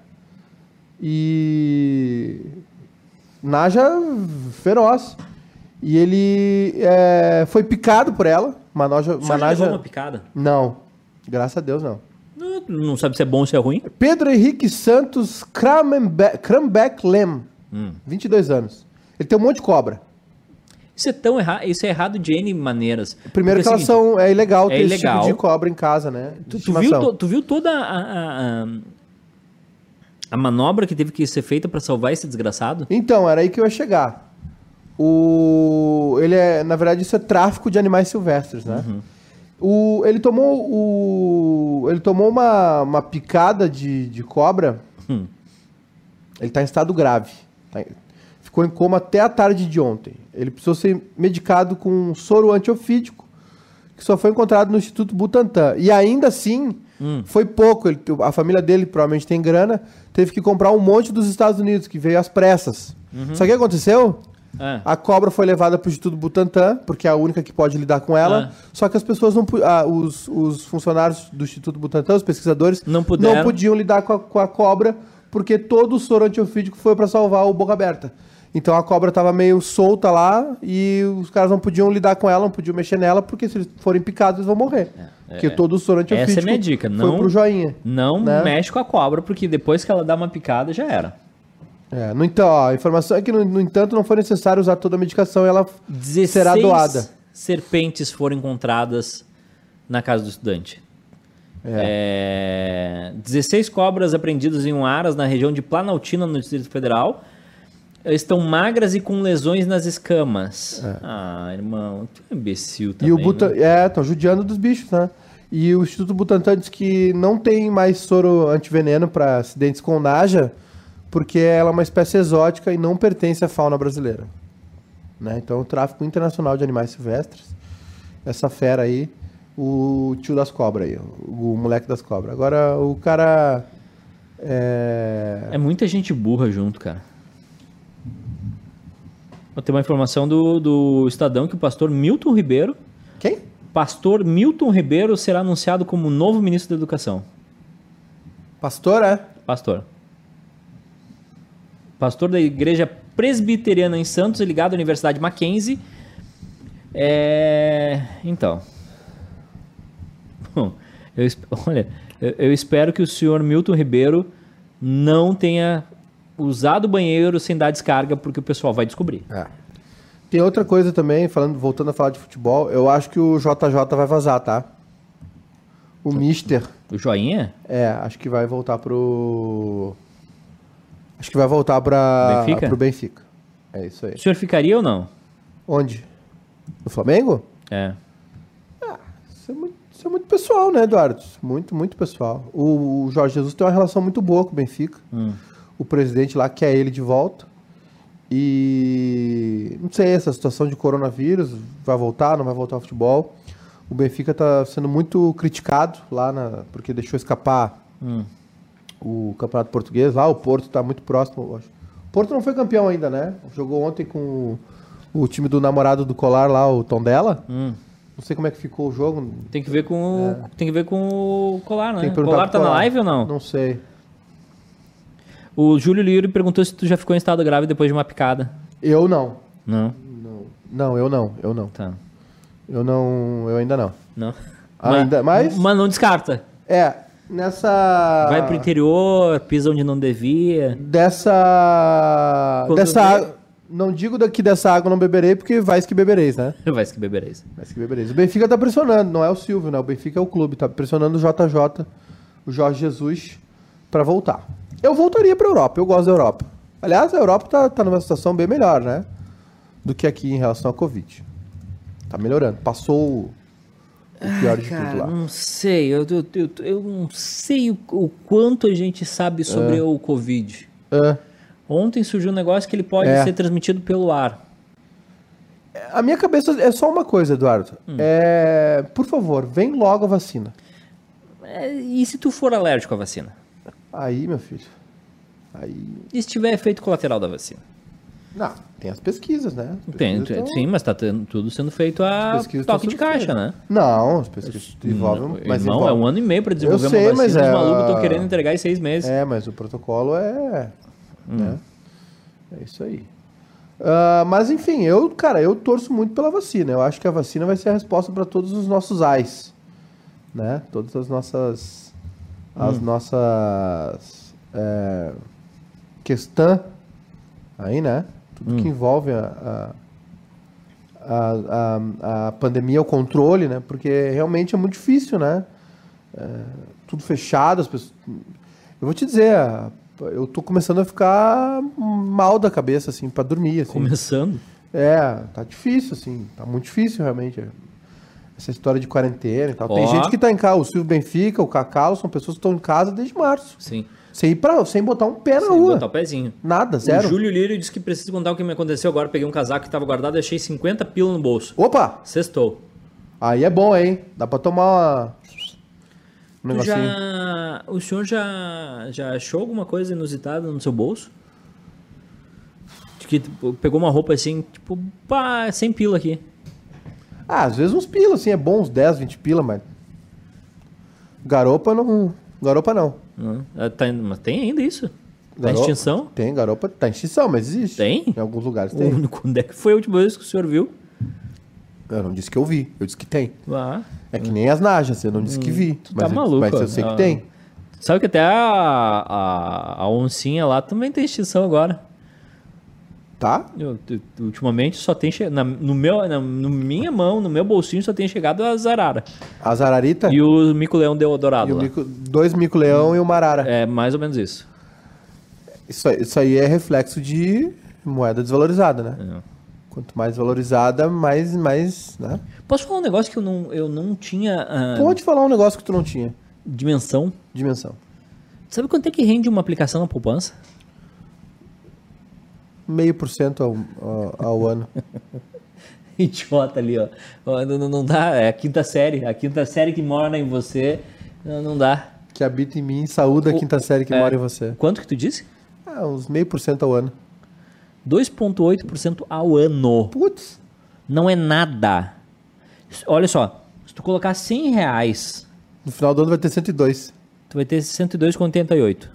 E... Naja feroz. E ele é, foi picado por ela. Uma naja, uma naja... levou uma picada? Não. Graças a Deus, não. Não, não sabe se é bom ou se é ruim? Pedro Henrique Santos Krambeck Lem. Hum. vinte e dois anos. Ele tem um monte de cobra. Isso é tão errado, isso é errado de N maneiras. Primeiro Porque que elas são, é ilegal ter é esse ilegal. tipo de cobra em casa, né? Tu, tu, viu, tu viu toda a, a, a, a manobra que teve que ser feita para salvar esse desgraçado? Então, era aí que eu ia chegar. O... Ele é, na verdade, isso é tráfico de animais silvestres, né? Uhum. O... Ele tomou, o... Ele tomou uma, uma picada de, de cobra. Hum. Ele está em estado grave. Tá... Ficou em coma até a tarde de ontem. Ele precisou ser medicado com um soro antiofídico, que só foi encontrado no Instituto Butantan. E ainda assim, hum. foi pouco. Ele, a família dele provavelmente tem grana, teve que comprar um monte dos Estados Unidos, que veio às pressas. Uhum. Sabe o que aconteceu? É. A cobra foi levada para o Instituto Butantan, porque é a única que pode lidar com ela. É. Só que as pessoas não ah, os, os funcionários do Instituto Butantan, os pesquisadores, não, não podiam lidar com a, com a cobra, porque todo o soro antiofídico foi para salvar o boca aberta. Então a cobra estava meio solta lá e os caras não podiam lidar com ela, não podiam mexer nela, porque se eles forem picados, eles vão morrer. É, porque é, todo o soro antiofídico essa é minha dica. Não, foi pro joinha. Não né? mexe com a cobra, porque depois que ela dá uma picada, já era. É, no, então, ó, a informação é que, no, no entanto, não foi necessário usar toda a medicação e ela será doada. Serpentes foram encontradas na casa do estudante. É. É, dezesseis cobras apreendidas em um aras na região de Planaltina, no Distrito Federal. Estão magras e com lesões nas escamas. É. Ah, irmão, tu é imbecil também. E o Butan... né? É, estão judiando dos bichos, né? E o Instituto Butantan diz que não tem mais soro antiveneno para acidentes com naja, porque ela é uma espécie exótica e não pertence à fauna brasileira. Né? Então, o tráfico internacional de animais silvestres, essa fera aí, o tio das cobras aí, o moleque das cobras. Agora, o cara... É, é muita gente burra junto, cara. Tem uma informação do, do Estadão que o pastor Milton Ribeiro... Quem? Pastor Milton Ribeiro será anunciado como novo ministro da Educação. Pastor, é? Pastor. Pastor da Igreja Presbiteriana em Santos, ligado à Universidade Mackenzie. É... Então. Bom, eu, olha, eu, eu espero que o senhor Milton Ribeiro não tenha usado o banheiro sem dar descarga, porque o pessoal vai descobrir. É. Tem outra coisa também, falando, voltando a falar de futebol, eu acho que o J J vai vazar, tá? O Mister. O Joinha? É, acho que vai voltar pro... Acho que vai voltar para o Benfica. É isso aí. O senhor ficaria ou não? Onde? No Flamengo? É. Ah, isso é muito, isso é muito pessoal, né, Eduardo? Muito, muito pessoal. O, o Jorge Jesus tem uma relação muito boa com o Benfica. Hum. O presidente lá quer ele de volta. E não sei, essa situação de coronavírus, vai voltar, não vai voltar ao futebol. O Benfica está sendo muito criticado lá, na, porque deixou escapar hum. o Campeonato Português. Lá o Porto está muito próximo, eu acho. O Porto não foi campeão ainda, né? Jogou ontem com o, o time do namorado do Colar lá, o Tondela. Hum. Não sei como é que ficou o jogo. Tem que ver com, é. o, tem que ver com o Colar, né? O Colar tá Colar. na live ou não? Não sei. O Júlio Liri perguntou se tu já ficou em estado grave depois de uma picada. Eu não. Não? Não, não eu não. Eu não. Tá. Eu não... Eu ainda não. Não? Ainda, mas... Mas não descarta. É, nessa... Vai pro interior, pisa onde não devia. Dessa... Quando dessa água... Não digo daqui dessa água não beberei, porque vais que bebereis, né? Vais que bebereis. Vais que bebereis. O Benfica tá pressionando, não é o Silvio, né? O Benfica é o clube, tá pressionando o J J, o Jorge Jesus, pra voltar. Eu voltaria pra Europa, eu gosto da Europa. Aliás, a Europa tá, tá numa situação bem melhor, né? Do que aqui em relação à Covid. Tá melhorando. Passou o pior Ai, de cara, tudo lá. Não sei, eu, eu, eu, eu não sei o, o quanto a gente sabe sobre é. o Covid. É. Ontem surgiu um negócio que ele pode é. ser transmitido pelo ar. A minha cabeça é só uma coisa, Eduardo. Hum. É, por favor, vem logo a vacina. É, e se tu for alérgico à vacina? Aí, meu filho. Aí... E se tiver efeito colateral da vacina? Não, tem as pesquisas, né? As pesquisas tem, tão... sim, mas está tudo sendo feito a toque de caixa, feito. né? Não, as pesquisas envolvem... Não, mas irmão, envolve... é um ano e meio para desenvolver Eu sei, uma vacina, mas é... os malucos estão querendo entregar em seis meses. É, mas o protocolo é... Hum. Né? É isso aí. Uh, mas enfim, eu, cara, eu torço muito pela vacina. Eu acho que a vacina vai ser a resposta para todos os nossos ais, né? Todas as nossas, as hum. nossas é, questão aí, né? Tudo hum. que envolve a, a, a, a pandemia, o controle, né? Porque realmente é muito difícil, né? É, tudo fechado, as pessoas. Eu vou te dizer. A, Eu tô começando a ficar mal da cabeça, assim, pra dormir, assim. Começando? É, tá difícil, assim. Tá muito difícil, realmente. Essa história de quarentena e tal. Ó. Tem gente que tá em casa. O Silvio Benfica, o Cacau, são pessoas que estão em casa desde março. Sim. Sem ir pra, sem botar um pé na sem rua. Sem botar o pezinho. Nada, zero. O Júlio Lírio disse que precisa contar o que me aconteceu agora. Peguei um casaco que tava guardado e achei cinquenta pila no bolso. Opa! Sextou. Aí é bom, hein? Dá pra tomar uma... Um tu já... O senhor já... já achou alguma coisa inusitada no seu bolso? Que tipo, pegou uma roupa assim, tipo, pá, sem pila aqui. Ah, às vezes uns pila, assim, é bom, uns dez, vinte pila, mas... Garopa não... Garopa não. Não. Tá, mas tem ainda isso? Tá Garopa, em extinção? Tem, garopa tá em extinção, mas existe. Tem? Em alguns lugares tem. O, quando é que foi a última vez que o senhor viu? Eu não disse que eu vi, eu disse que tem. Ah. É que nem as najas, eu não disse que vi. Tu mas tá maluco. Eu, mas eu sei que ah. tem. Sabe que até a, a, a oncinha lá também tem extinção agora. Tá? Eu, eu, ultimamente só tem... Che... Na, no meu, na no minha mão, no meu bolsinho, só tem chegado a zarara. A zararita? E o mico-leão dourado. E o mico, dois mico-leão e uma arara. É, mais ou menos isso. Isso, isso aí é reflexo de moeda desvalorizada, né? É. Quanto mais valorizada, mais, mais, né? Posso falar um negócio que eu não, eu não tinha... Uh... Pode falar um negócio que tu não tinha. Dimensão. Dimensão. Sabe quanto é que rende uma aplicação na poupança? Meio por cento ao, ao, ao ano. Idiota ali, ó. Não, não dá, é a quinta série. A quinta série que mora em você, não, não dá. Que habita em mim, saúda a quinta série que é, mora em você. Quanto que tu disse? Ah, uns meio por cento ao ano. dois vírgula oito por cento ao ano. Putz. Não é nada. Olha só, se tu colocar cem reais... No final do ano vai ter cento e dois. Tu vai ter cento e dois vírgula oitenta e oito.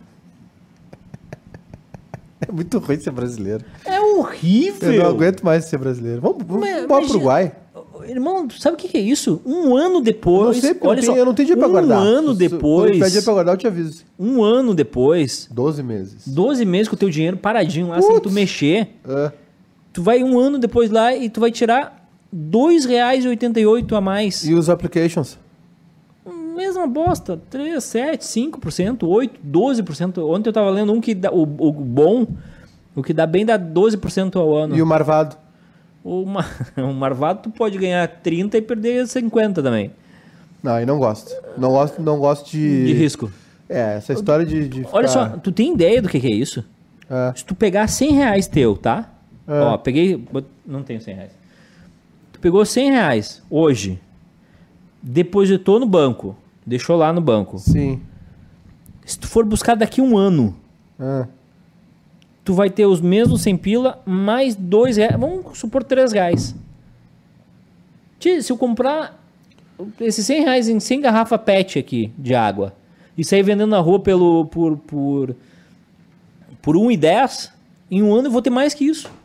É muito ruim ser brasileiro. É horrível. Eu não aguento mais ser brasileiro. Vamos, vamos embora pro Uruguai. Irmão, sabe o que, que é isso? Um ano depois... Eu não sei, olha eu, só, tenho, eu não tenho dia um pra guardar. Um ano depois... Quando pede pra guardar, eu te aviso. Um ano depois... doze meses. doze meses com o teu dinheiro paradinho lá, Putz. sem tu mexer. É. Tu vai um ano depois lá e tu vai tirar dois reais e oitenta e oito a mais. E os applications? Mesma bosta. três, sete, cinco por cento, oito, doze por cento. Ontem eu tava lendo um que dá... O, o bom... O que dá bem dá doze por cento ao ano. E o marvado? O, ma... o marvado tu pode ganhar trinta e perder cinquenta também. Não, aí não gosto. Não gosto, não gosto de... De risco. É, essa história de, de ficar... Olha só, tu tem ideia do que, que é isso? É. Se tu pegar cem reais teu, tá? É. Ó, peguei... bot- Não tenho cem reais. Tu pegou cem reais hoje, depositou no banco, deixou lá no banco. Sim. Se tu for buscar daqui um ano, Ah. tu vai ter os mesmos cem pila, mais dois reais. Vamos supor três reais. Tia, se eu comprar esses cem reais em cem garrafa pet aqui de água e sair vendendo na rua pelo, por, por, por um e dez, em um ano eu vou ter mais que isso.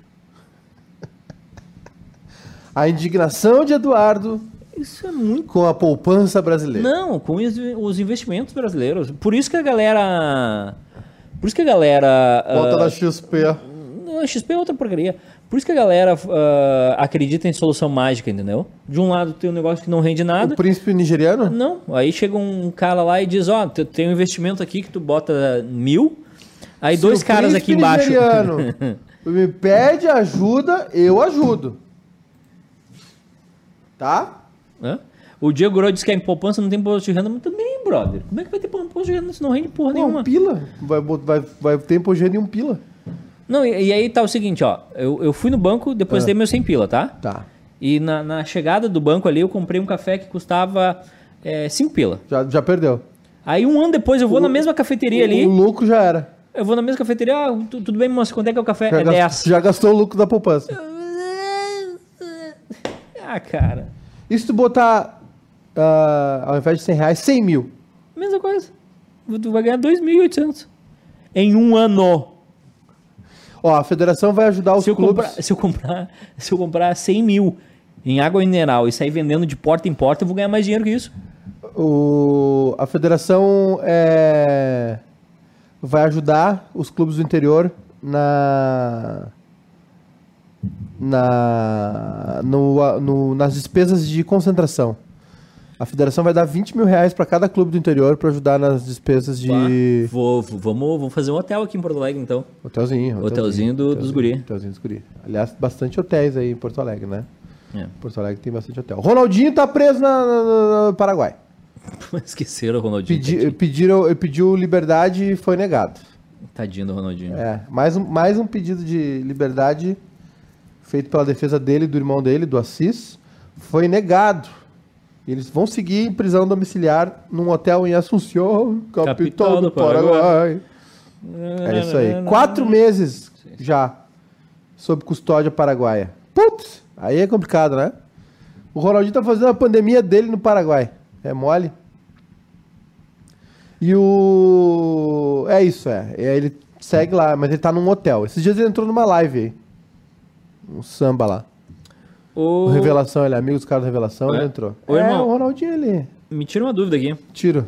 A indignação de Eduardo Isso é muito... com a poupança brasileira. Não, com os, os investimentos brasileiros. Por isso que a galera... Por isso que a galera... Volta ah, da X P. Não, a X P é outra porcaria. Por isso que a galera ah, acredita em solução mágica, entendeu? De um lado tem um negócio que não rende nada. O príncipe nigeriano? Não, aí chega um cara lá e diz, ó, tu tem um investimento aqui que tu bota mil, aí Se dois o caras aqui príncipe embaixo... nigeriano me pede ajuda, eu ajudo. Tá? Hã? O Diego Goro disse que a poupança não tem imposto de renda, mas também, brother. Como é que vai ter imposto de renda se não rende porra Não, nenhuma? um pila. Vai, bot- vai, vai ter imposto de renda em um pila. Não, e, e aí tá o seguinte, ó. Eu, eu fui no banco, depositei meu cem pila, tá? Tá. E na, na chegada do banco ali, eu comprei um café que custava cinco pila. Já, já perdeu. Aí um ano depois eu vou na mesma cafeteria ali, O lucro já era. eu vou na mesma cafeteria, ah, tu- tudo bem, moça, quanto é que é o café? Já, É gas- dez. já gastou o lucro da poupança. Ah, cara. E se tu botar, ah, ao invés de cem reais, cem mil? Mesma coisa. Tu vai ganhar dois mil e oitocentos. Em um ano. Ó, a federação vai ajudar os Se eu, clubes. comprar, se, eu comprar, se eu comprar cem mil em água mineral e sair vendendo de porta em porta, eu vou ganhar mais dinheiro que isso. O, a federação é, vai ajudar os clubes do interior na, na no, no- nas despesas de concentração. A federação vai dar vinte mil reais para cada clube do interior para ajudar nas despesas de Vou, vou- vamos, vamos fazer um hotel aqui em Porto Alegre, então. hotelzinho, Hotelzinho do- dos guri. Hotelzinho dos guri. Aliás, bastante hotéis aí em Porto Alegre, né? É. Porto Alegre tem bastante hotel. Ronaldinho tá preso na, na- no Paraguai. Esqueceram o Ronaldinho. Pedi, pediram, pediu liberdade e foi negado. Tadinho do Ronaldinho. É, mais um, mais um pedido de liberdade feito pela defesa dele e do irmão dele, do Assis, foi negado. E eles vão seguir em prisão domiciliar num hotel em Assunção, capital, Capital do do Paraguai. É isso aí. Quatro meses já sob custódia paraguaia. Putz, aí é complicado, né? O Ronaldinho tá fazendo a pandemia dele no Paraguai. É mole? E o... É isso, é. E aí ele segue lá, mas ele tá num hotel. Esses dias ele entrou numa live aí. Um samba lá. O... O Revelação, ele é amigo dos caras do Revelação, É? ele entrou. Ô, é, irmão. o Ronaldinho, ele... Me tira uma dúvida aqui. Tiro.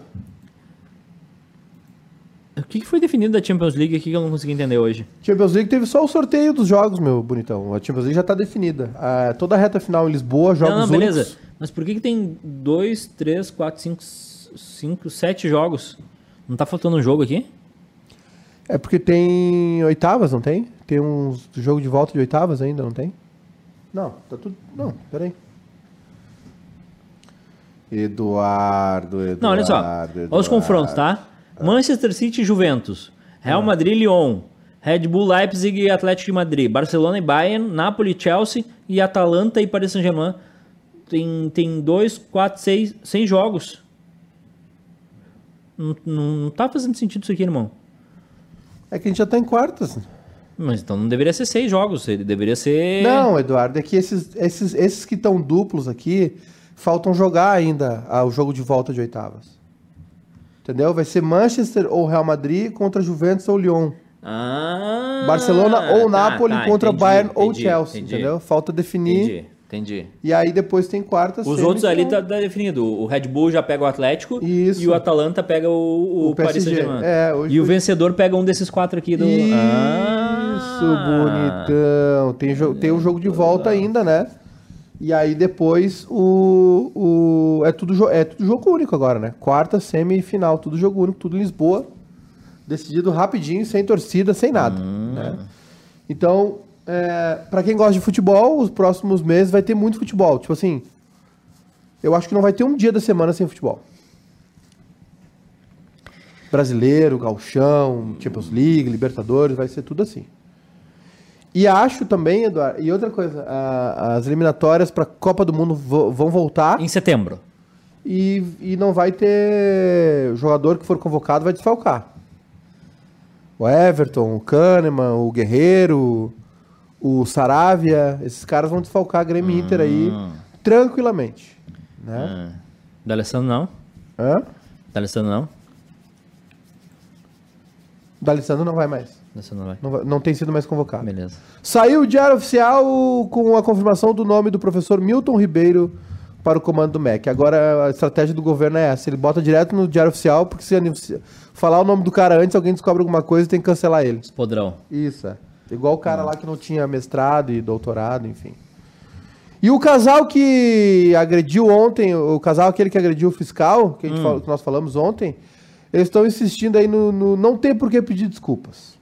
O que que foi definido da Champions League aqui que eu não consegui entender hoje? Champions League teve só o sorteio dos jogos, meu bonitão. A Champions League já tá definida. Ah, toda a reta final em Lisboa, jogos não, não, beleza. únicos. Mas por que que tem dois, três, quatro, cinco, cinco, sete jogos? Não tá faltando um jogo aqui? É porque tem oitavas, não tem? Tem uns jogo de volta de oitavas ainda, não tem? Não, tá tudo... Não, peraí. Eduardo, Eduardo, Não, olha só. Eduardo. Olha os confrontos, tá? Manchester City e Juventus. Real Madrid e Lyon. Red Bull, Leipzig e Atlético de Madrid. Barcelona e Bayern. Napoli, Chelsea e Atalanta e Paris Saint-Germain. Tem, tem dois, quatro, seis, seis jogos. Não, não, não tá fazendo sentido isso aqui, irmão. É que a gente já tá em quartas. Mas então não deveria ser seis jogos. Ele deveria ser... Não, Eduardo, é que esses, esses, esses que estão duplos aqui, faltam jogar ainda ah, o jogo de volta de oitavas. Entendeu? Vai ser Manchester ou Real Madrid contra Juventus ou Lyon. Ah, Barcelona ou tá, Napoli tá, contra entendi, Bayern ou entendi, Chelsea, entendi. entendeu? Falta definir. Entendi, entendi. E aí depois tem quartas. Os outros ali tá, tá definido. O Red Bull já pega o Atlético Isso. e o Atalanta pega o, o, O Paris P S G. Saint-Germain. É, hoje e o foi- vencedor pega um desses quatro aqui do. Isso, Ah. bonitão. Tem, jo tem um jogo de volta ainda, né? E aí depois o, o é tudo jo- é tudo jogo único agora, né? Quarta, semifinal, tudo jogo único, tudo em Lisboa, decidido rapidinho, sem torcida, sem nada. Né? Então, é, para quem gosta de futebol, os próximos meses vai ter muito futebol. Tipo assim, eu acho que não vai ter um dia da semana sem futebol. Brasileiro, Gauchão, Champions League, Libertadores, vai ser tudo assim. E acho também, Eduardo, e outra coisa, a- as eliminatórias para a Copa do Mundo vo- vão voltar Em setembro. e, e não vai ter jogador que for convocado vai desfalcar. O Everton, o Kahneman, o Guerreiro, o Saravia, esses caras vão desfalcar a Grêmio e Inter aí tranquilamente. Né? Ah. D'Alessandro não. Hã? D'Alessandro não. D'Alessandro não vai mais. D'Alessandro não vai. Não, vai- não tem sido mais convocado. Beleza. Saiu o diário oficial com a confirmação do nome do professor Milton Ribeiro para o comando do M E C. Agora a estratégia do governo é essa. Ele bota direto no diário oficial, porque se anuncia- falar o nome do cara antes, alguém descobre alguma coisa e tem que cancelar ele. Podrão. Isso, é. Igual o cara lá que não tinha mestrado e doutorado, enfim. E o casal que agrediu ontem, o casal aquele que agrediu o fiscal, que, a gente falou- que nós falamos ontem, eles estão insistindo aí no, no não tem por que pedir desculpas.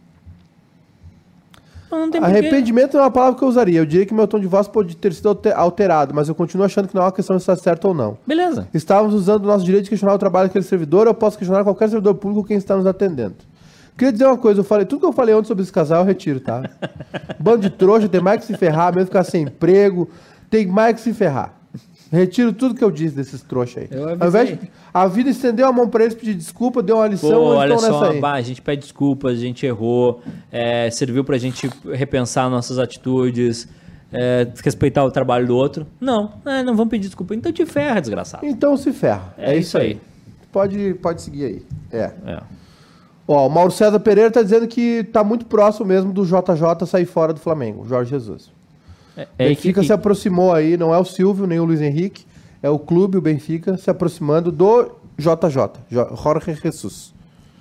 Não, não tem porquê. Arrependimento é uma palavra que eu usaria. Eu diria que meu tom de voz pode ter sido alter- alterado, mas eu continuo achando que não é uma questão de estar certo ou não. Beleza. Estávamos usando o nosso direito de questionar o trabalho daquele servidor, eu posso questionar qualquer servidor público quem está nos atendendo. Queria dizer uma coisa, eu falei, tudo que eu falei ontem sobre esse casal eu retiro, tá? Bando de trouxa, tem mais que se ferrar, mesmo ficar sem emprego, tem mais que se ferrar. Retiro tudo que eu disse desses trouxas aí. Eu Ao invés de, a vida estendeu a mão pra eles, pedir desculpa, deu uma lição, Pô, eles olha estão só, nessa aí. bah, a gente pede desculpas, a gente errou, é, serviu pra gente repensar nossas atitudes, é, respeitar o trabalho do outro. Não, é, não vamos pedir desculpa. Então te ferra, desgraçado. Então se ferra. É isso aí. Pode, pode seguir aí. É. É. Ó, o Mauro César Pereira tá dizendo que tá muito próximo mesmo do J J sair fora do Flamengo, Jorge Jesus. É, O Benfica que- se aproximou aí, não é o Silvio nem o Luiz Henrique, é o clube, o Benfica, se aproximando do J J, Jo- Jorge Jesus.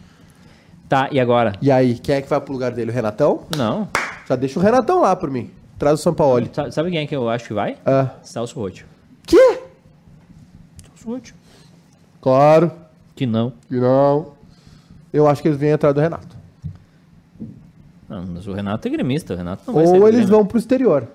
Tá, e agora? E aí, quem é que vai pro lugar dele? O Renatão? Não. Já deixa o Renatão lá por mim. Traz o Sampaoli. Sabe, sabe quem é que eu acho que vai? Ah. Celso Roth. Que? Celso Roth. Claro Que não. que não. Eu acho que eles vêm atrás do Renato. Não, mas o Renato é gremista, o Renato não vai Ou sair do eles Grêmio. vão pro exterior.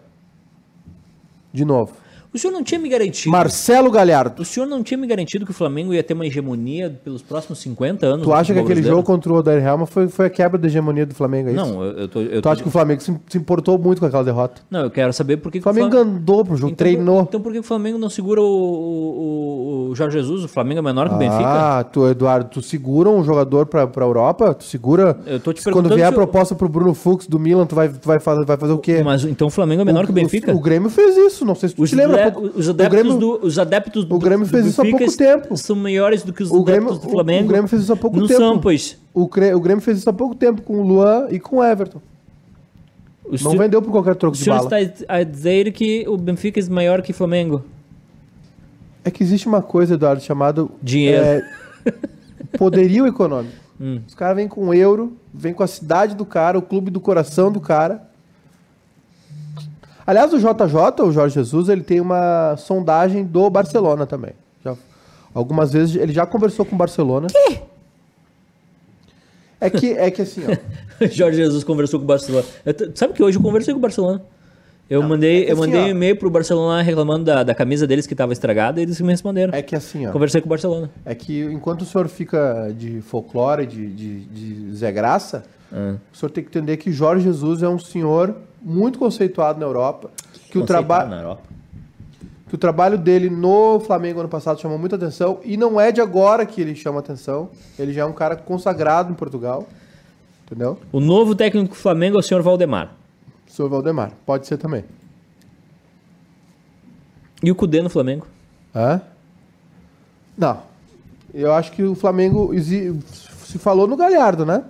De novo. O senhor não tinha me garantido... Marcelo Galhardo. O senhor não tinha me garantido que o Flamengo ia ter uma hegemonia pelos próximos cinquenta anos? Tu no acha que futebol aquele brasileiro? jogo contra o Odair Helma foi, foi a quebra da hegemonia do Flamengo, é isso? Não, eu, eu tô... Eu Tu tô... acha que o Flamengo se, se importou muito com aquela derrota? Não, eu quero saber por que... O que Flamengo Flam- andou pro jogo, Então, treinou. Então por que o Flamengo não segura o, o, o Jorge Jesus? O Flamengo é menor que o Benfica? Ah, tu, Eduardo, tu segura um jogador pra, pra Europa? Tu segura... Eu tô te Quando perguntando vier a se eu- proposta pro Bruno Fux do Milan, tu vai, tu vai, fazer, vai fazer o quê? Mas então o Flamengo é menor que o Benfica? O, o Grêmio fez isso, não sei se tu Os, te lembra. adep- há pouco- os o adeptos Grêmio, do, os adeptos do, o Grêmio do fez isso há Benfica pouco tempo. são maiores do que os o Grêmio, adeptos do o- Flamengo. o Grêmio fez isso há pouco não tempo. são, pois. O, Cre- o Grêmio fez isso há pouco tempo com o Luan e com o Everton. O Não senhor, vendeu por qualquer troco o de senhor bala. está a dizer que o Benfica é maior que o Flamengo? É que existe uma coisa, Eduardo, chamada... Dinheiro. é, poderio econômico. Hum. Os caras vêm com euro, vêm com a cidade do cara, o clube do coração do cara. Aliás, o J J, o Jorge Jesus, ele tem uma sondagem do Barcelona também. Já, algumas vezes ele já conversou com o Barcelona. Que? É que, é que assim, ó. Jorge Jesus conversou com o Barcelona. Eu t- sabe que hoje eu conversei com o Barcelona? Eu mandei, é que eu assim, mandei um ó. e-mail pro Barcelona reclamando da, da camisa deles que estava estragada e eles me responderam. É que assim, ó. Conversei com o Barcelona. É que enquanto o senhor fica de folclore, de, de, de Zé Graça, Ah. o senhor tem que entender que Jorge Jesus é um senhor muito conceituado na Europa. Que o, Conceituado traba na Europa. que o trabalho dele no Flamengo ano passado chamou muita atenção. E não é de agora que ele chama atenção. Ele já é um cara consagrado em Portugal. Entendeu? O novo técnico do Flamengo é o senhor Valdemar. O senhor Valdemar. Pode ser também. E o Cudê no Flamengo? Hã? Não. Eu acho que o Flamengo exi- se falou no Galhardo, né?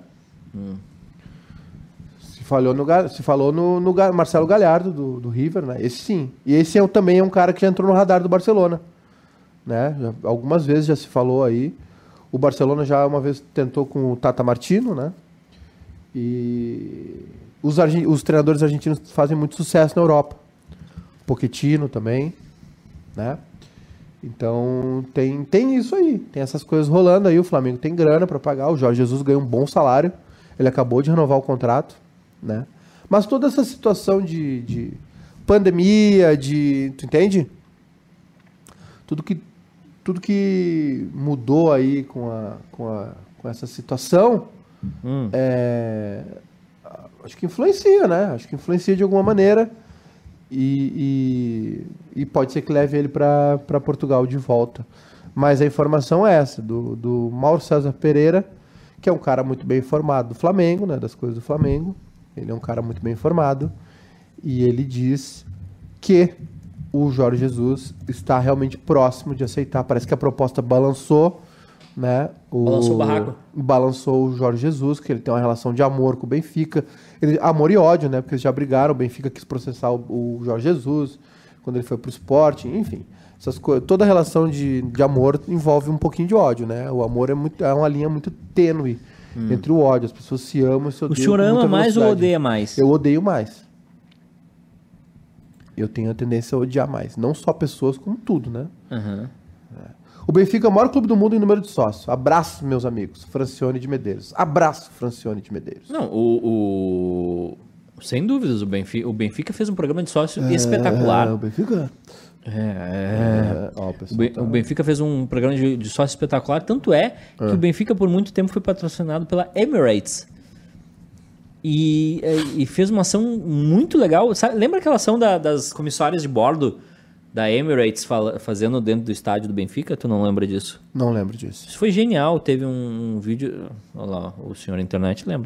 Se falou no, Ga- se falou no, no Ga- Marcelo Galhardo, do, do River, né? Esse sim. E esse é, um- também é um cara que já entrou no radar do Barcelona. Né? Já- algumas vezes já se falou aí. O Barcelona já uma vez tentou com o Tata Martino, né? E os, argen- os treinadores argentinos fazem muito sucesso na Europa. Pochettino também, né? Então tem, tem isso aí, tem essas coisas rolando aí. O Flamengo tem grana para pagar, o Jorge Jesus ganha um bom salário, ele acabou de renovar o contrato, né? Mas toda essa situação de, de pandemia, de, tu entende? Tudo que, tudo que mudou aí com, a, com, a, com essa situação, Hum. é, acho que influencia, né? Acho que influencia de alguma maneira. E, e, e pode ser que leve ele para Portugal de volta. Mas a informação é essa, do, do Mauro César Pereira, que é um cara muito bem informado do Flamengo, né? Das coisas do Flamengo. Ele é um cara muito bem informado. E ele diz que o Jorge Jesus está realmente próximo de aceitar. Parece que a proposta balançou, né? O, balançou o barraco. Balançou o Jorge Jesus, que ele tem uma relação de amor com o Benfica. Ele, amor e ódio, né? Porque eles já brigaram. O Benfica quis processar o, o Jorge Jesus quando ele foi pro Sport, enfim. Essas coisas, toda relação de, de amor envolve um pouquinho de ódio, né? O amor é, muito, é uma linha muito tênue hum. entre o ódio. As pessoas se amam e se odeiam. O senhor ama mais ou odeia mais? Eu odeio mais. Eu tenho a tendência a odiar mais. Não só pessoas, como tudo, né? Uhum. É. O Benfica é o maior clube do mundo em número de sócios. Abraço, meus amigos. Francione de Medeiros. Abraço, Francione de Medeiros. Não, o... o... Sem dúvidas, o Benfica, o Benfica fez um programa de sócio é, espetacular. É, o Benfica... É, é. Ó, o, o, Ben, tá... o Benfica fez um programa de, de sócio espetacular. Tanto é que é. o Benfica, por muito tempo, foi patrocinado pela Emirates. E, e fez uma ação muito legal. Sabe, lembra aquela ação da, das comissárias de bordo da Emirates fala, fazendo dentro do estádio do Benfica? Tu não lembra disso? Não lembro disso. Isso foi genial. Teve um, um vídeo... Olha lá, o senhor internet lembra.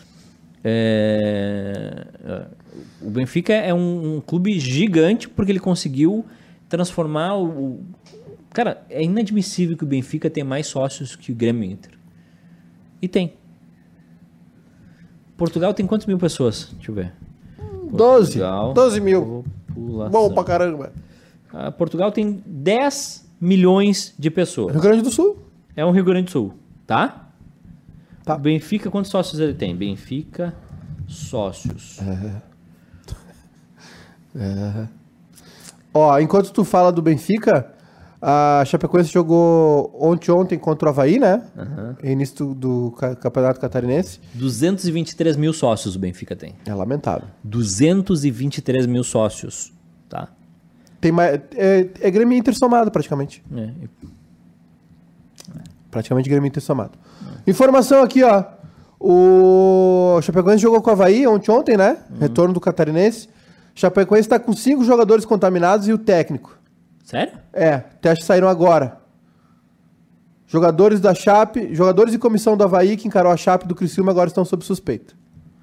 É, o Benfica é um, um clube gigante porque ele conseguiu transformar o, o... Cara, é inadmissível que o Benfica tenha mais sócios que o Grêmio Inter. E tem. Portugal tem quantas mil pessoas? Deixa eu ver. doze. doze mil. População. Bom pra caramba. Ah, Portugal tem dez milhões de pessoas. Rio Grande do Sul. É um Rio Grande do Sul, tá? Tá. Benfica, quantos sócios ele tem? Benfica, sócios. É. É. Ó, enquanto tu fala do Benfica, a Chapecoense jogou ontem, ontem contra o Avaí, né? Uhum. Início do, do Campeonato Catarinense. duzentos e vinte e três mil sócios o Benfica tem. É lamentável. duzentos e vinte e três mil sócios, tá? Tem mais, é, é Grêmio Inter somado, praticamente. É. Praticamente Grêmio Inter somado. É. Informação aqui, ó. O Chapecoense jogou com o Avaí ontem, ontem, né? Uhum. Retorno do Catarinense. Chapecoense está com cinco jogadores contaminados e o técnico. Sério? É, testes saíram agora. Jogadores da Chape, jogadores e comissão do Avaí que encarou a Chape do Criciúma agora estão sob suspeita.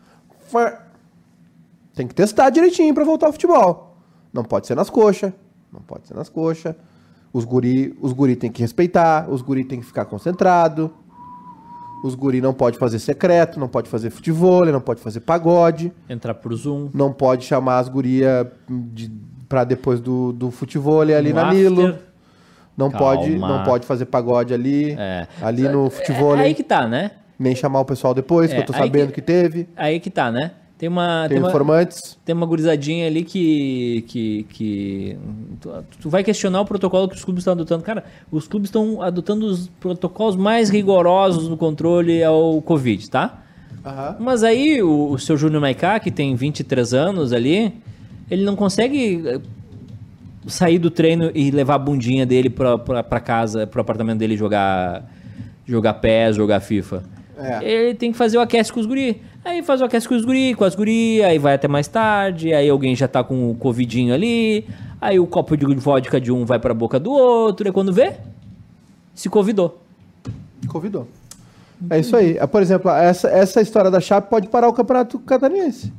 Tem que testar direitinho para voltar ao futebol. Não pode ser nas coxas. Não pode ser nas coxas. Os guri, os guri tem que respeitar, os guri tem que ficar concentrado. Os guri não pode fazer secreto, não pode fazer futevôlei, não pode fazer pagode. Entrar por Zoom. Não pode chamar as gurias de, pra depois do, do futevôlei ali Um na after. Nilo. Não Calma. pode, não pode fazer pagode ali, É. ali no É futevôlei. aí que tá, né? Nem chamar o pessoal depois, É, que eu tô aí sabendo que- que, teve. Aí que tá, né? Tem uma... Tem Tem uma... informantes. Tem uma gurizadinha ali que, que, que tu, tu vai questionar o protocolo que os clubes estão adotando. Cara, os clubes estão adotando os protocolos mais rigorosos no controle ao Covid, tá? Aham. Mas aí o, o seu Júnior Maicá, que tem vinte e três anos ali, ele não consegue eh, sair do treino e levar a bundinha dele pra, pra, pra casa, pro apartamento dele jogar, jogar P E S, jogar FIFA. É. Ele tem que fazer o aquece com os guri. Aí faz o aquece com os guri, com as guri, aí vai até mais tarde, aí alguém já tá com o covidinho ali, aí o copo de vodka de um vai pra boca do outro, e quando vê, se convidou. Convidou. É isso aí. Ah, por exemplo, essa, essa história da Chape pode parar o Campeonato Catarinense.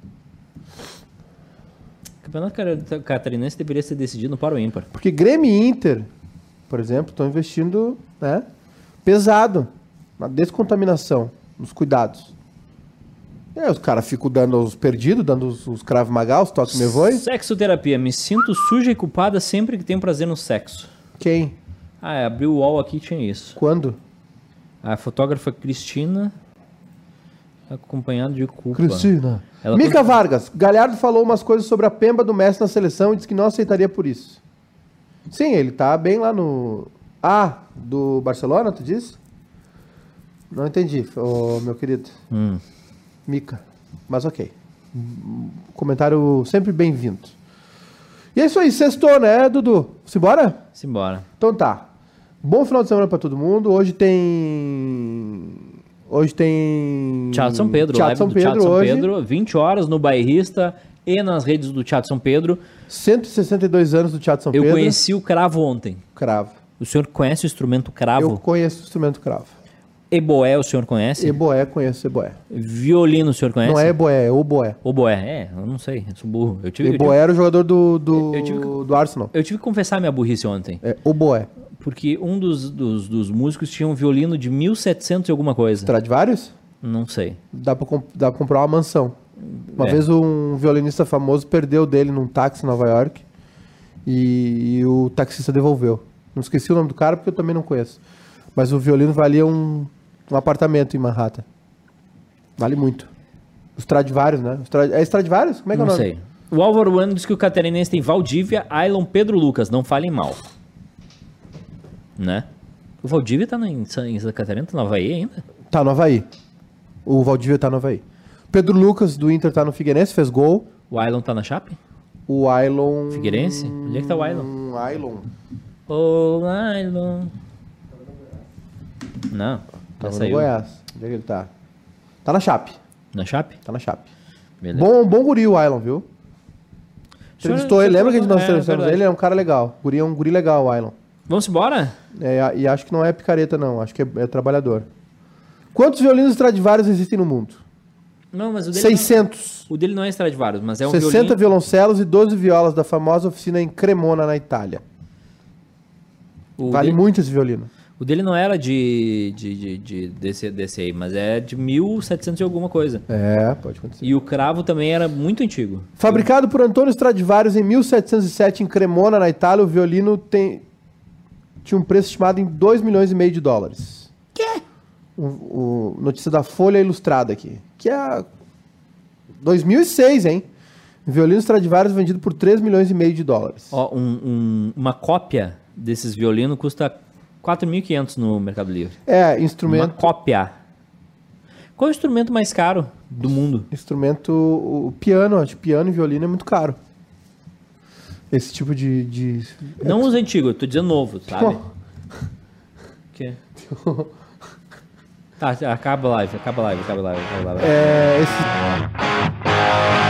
O campeonato catarinense deveria ser decidido para o ímpar. Porque Grêmio e Inter, por exemplo, estão investindo, né, pesado na descontaminação, nos cuidados. É, os caras ficam dando os perdidos, dando os, os Krav Maga, os toque me voe. Sexoterapia. Me sinto suja e culpada sempre que tenho prazer no sexo. Quem? Ah, é, abriu o wall aqui e tinha isso. Quando? A fotógrafa Cristina, acompanhado de culpa. Cristina. Ela Mica cont- Vargas. Galhardo falou umas coisas sobre a pemba do Messi na seleção e disse que não aceitaria por isso. Sim, ele tá bem lá no... Ah, do Barcelona, tu disse? Não entendi, ô, meu querido. Hum. Mica. Mas ok. Comentário sempre bem-vindo. E é isso aí, sextou, né, Dudu? Simbora? Simbora. Então tá. Bom final de semana pra todo mundo. Hoje tem Hoje tem... Teatro São Pedro, Teatro live São do Pedro Teatro São hoje. Pedro, vinte horas no Bairrista e nas redes do Teatro São Pedro. cento e sessenta e dois anos do Teatro São Eu Pedro. conheci o cravo ontem. Cravo. O senhor conhece o instrumento cravo? Eu conheço o instrumento cravo. Eboé o senhor conhece? Eboé, conheço Eboé. Violino o senhor conhece? Não é Eboé, é Oboé. Oboé, é, eu não sei, eu sou burro. Eu tive, eu tive, Eboé era o jogador do, do, Eu tive que- do Arsenal. eu tive que confessar minha burrice ontem. É Oboé. Porque um dos, dos, dos músicos tinha um violino de mil e setecentos e alguma coisa. Stradivarius? Não sei. Dá pra, comp- dá pra comprar uma mansão. Uma É. vez um violinista famoso perdeu dele num táxi em Nova York e, e o taxista devolveu. Não esqueci o nome do cara porque eu também não conheço. Mas o violino valia um, um apartamento em Manhattan. Vale muito. Os Stradivarius, né? Strad- É Stradivarius? Como é que Não é o nome? sei. O Álvaro Bueno diz que o catarinense tem Valdívia, Ailon, Pedro Lucas. Não falem mal. Né? O Valdívia tá na- em Sa- em Santa Catarina, tá no Havaí ainda? Tá no Havaí. O Valdívia tá no Havaí. Pedro Lucas, do Inter, tá no Figueirense, fez gol. O Ailon tá na Chape? O Ailon... Figueirense? Onde é que tá o Ailon? Um Ailon. Ô, Ailon. Não, já Tá no saiu. Goiás. Onde é que ele tá? Tá na Chape. Na Chape? Tá na Chape. Beleza. Bom, bom guri o Ailon, viu? O senhor- Entrevistou o ele. senhor Lembra que a gente nós é, entrevistamos verdade. ele? É um cara legal. Guri é um guri legal, o Ailon. Vamos embora? É, e acho que não é picareta, não. Acho que é, é trabalhador. Quantos violinos Stradivarius existem no mundo? Não, mas o dele, seiscentos. Não, o dele não é Stradivarius, mas é um sessenta violino... violoncelos e doze violas da famosa oficina em Cremona, na Itália. O Vale dele, muito esse violino. o dele não era de, de, de, de desse, desse aí, mas é de mil e setecentos e alguma coisa. É, pode acontecer. E o cravo também era muito antigo. Fabricado por Antônio Stradivarius em mil setecentos e sete em Cremona, na Itália, o violino tem... tinha um preço estimado em dois milhões e meio de dólares. Quê? O, o- notícia da Folha Ilustrada aqui. Que é dois mil e seis, hein? Violino Stradivarius vendido por três milhões e meio de dólares. Ó, um, um- uma cópia desses violinos custa quatro mil e quinhentos no Mercado Livre. É, Uma instrumento... cópia. Qual é o instrumento mais caro do mundo? Instrumento... O piano, acho que piano e violino é muito caro. Esse tipo de... de... Não os antigos, eu tô dizendo novo, sabe? Pô, Que? Tá, acaba a live, acaba a live, acaba a live, acaba a live. é, esse...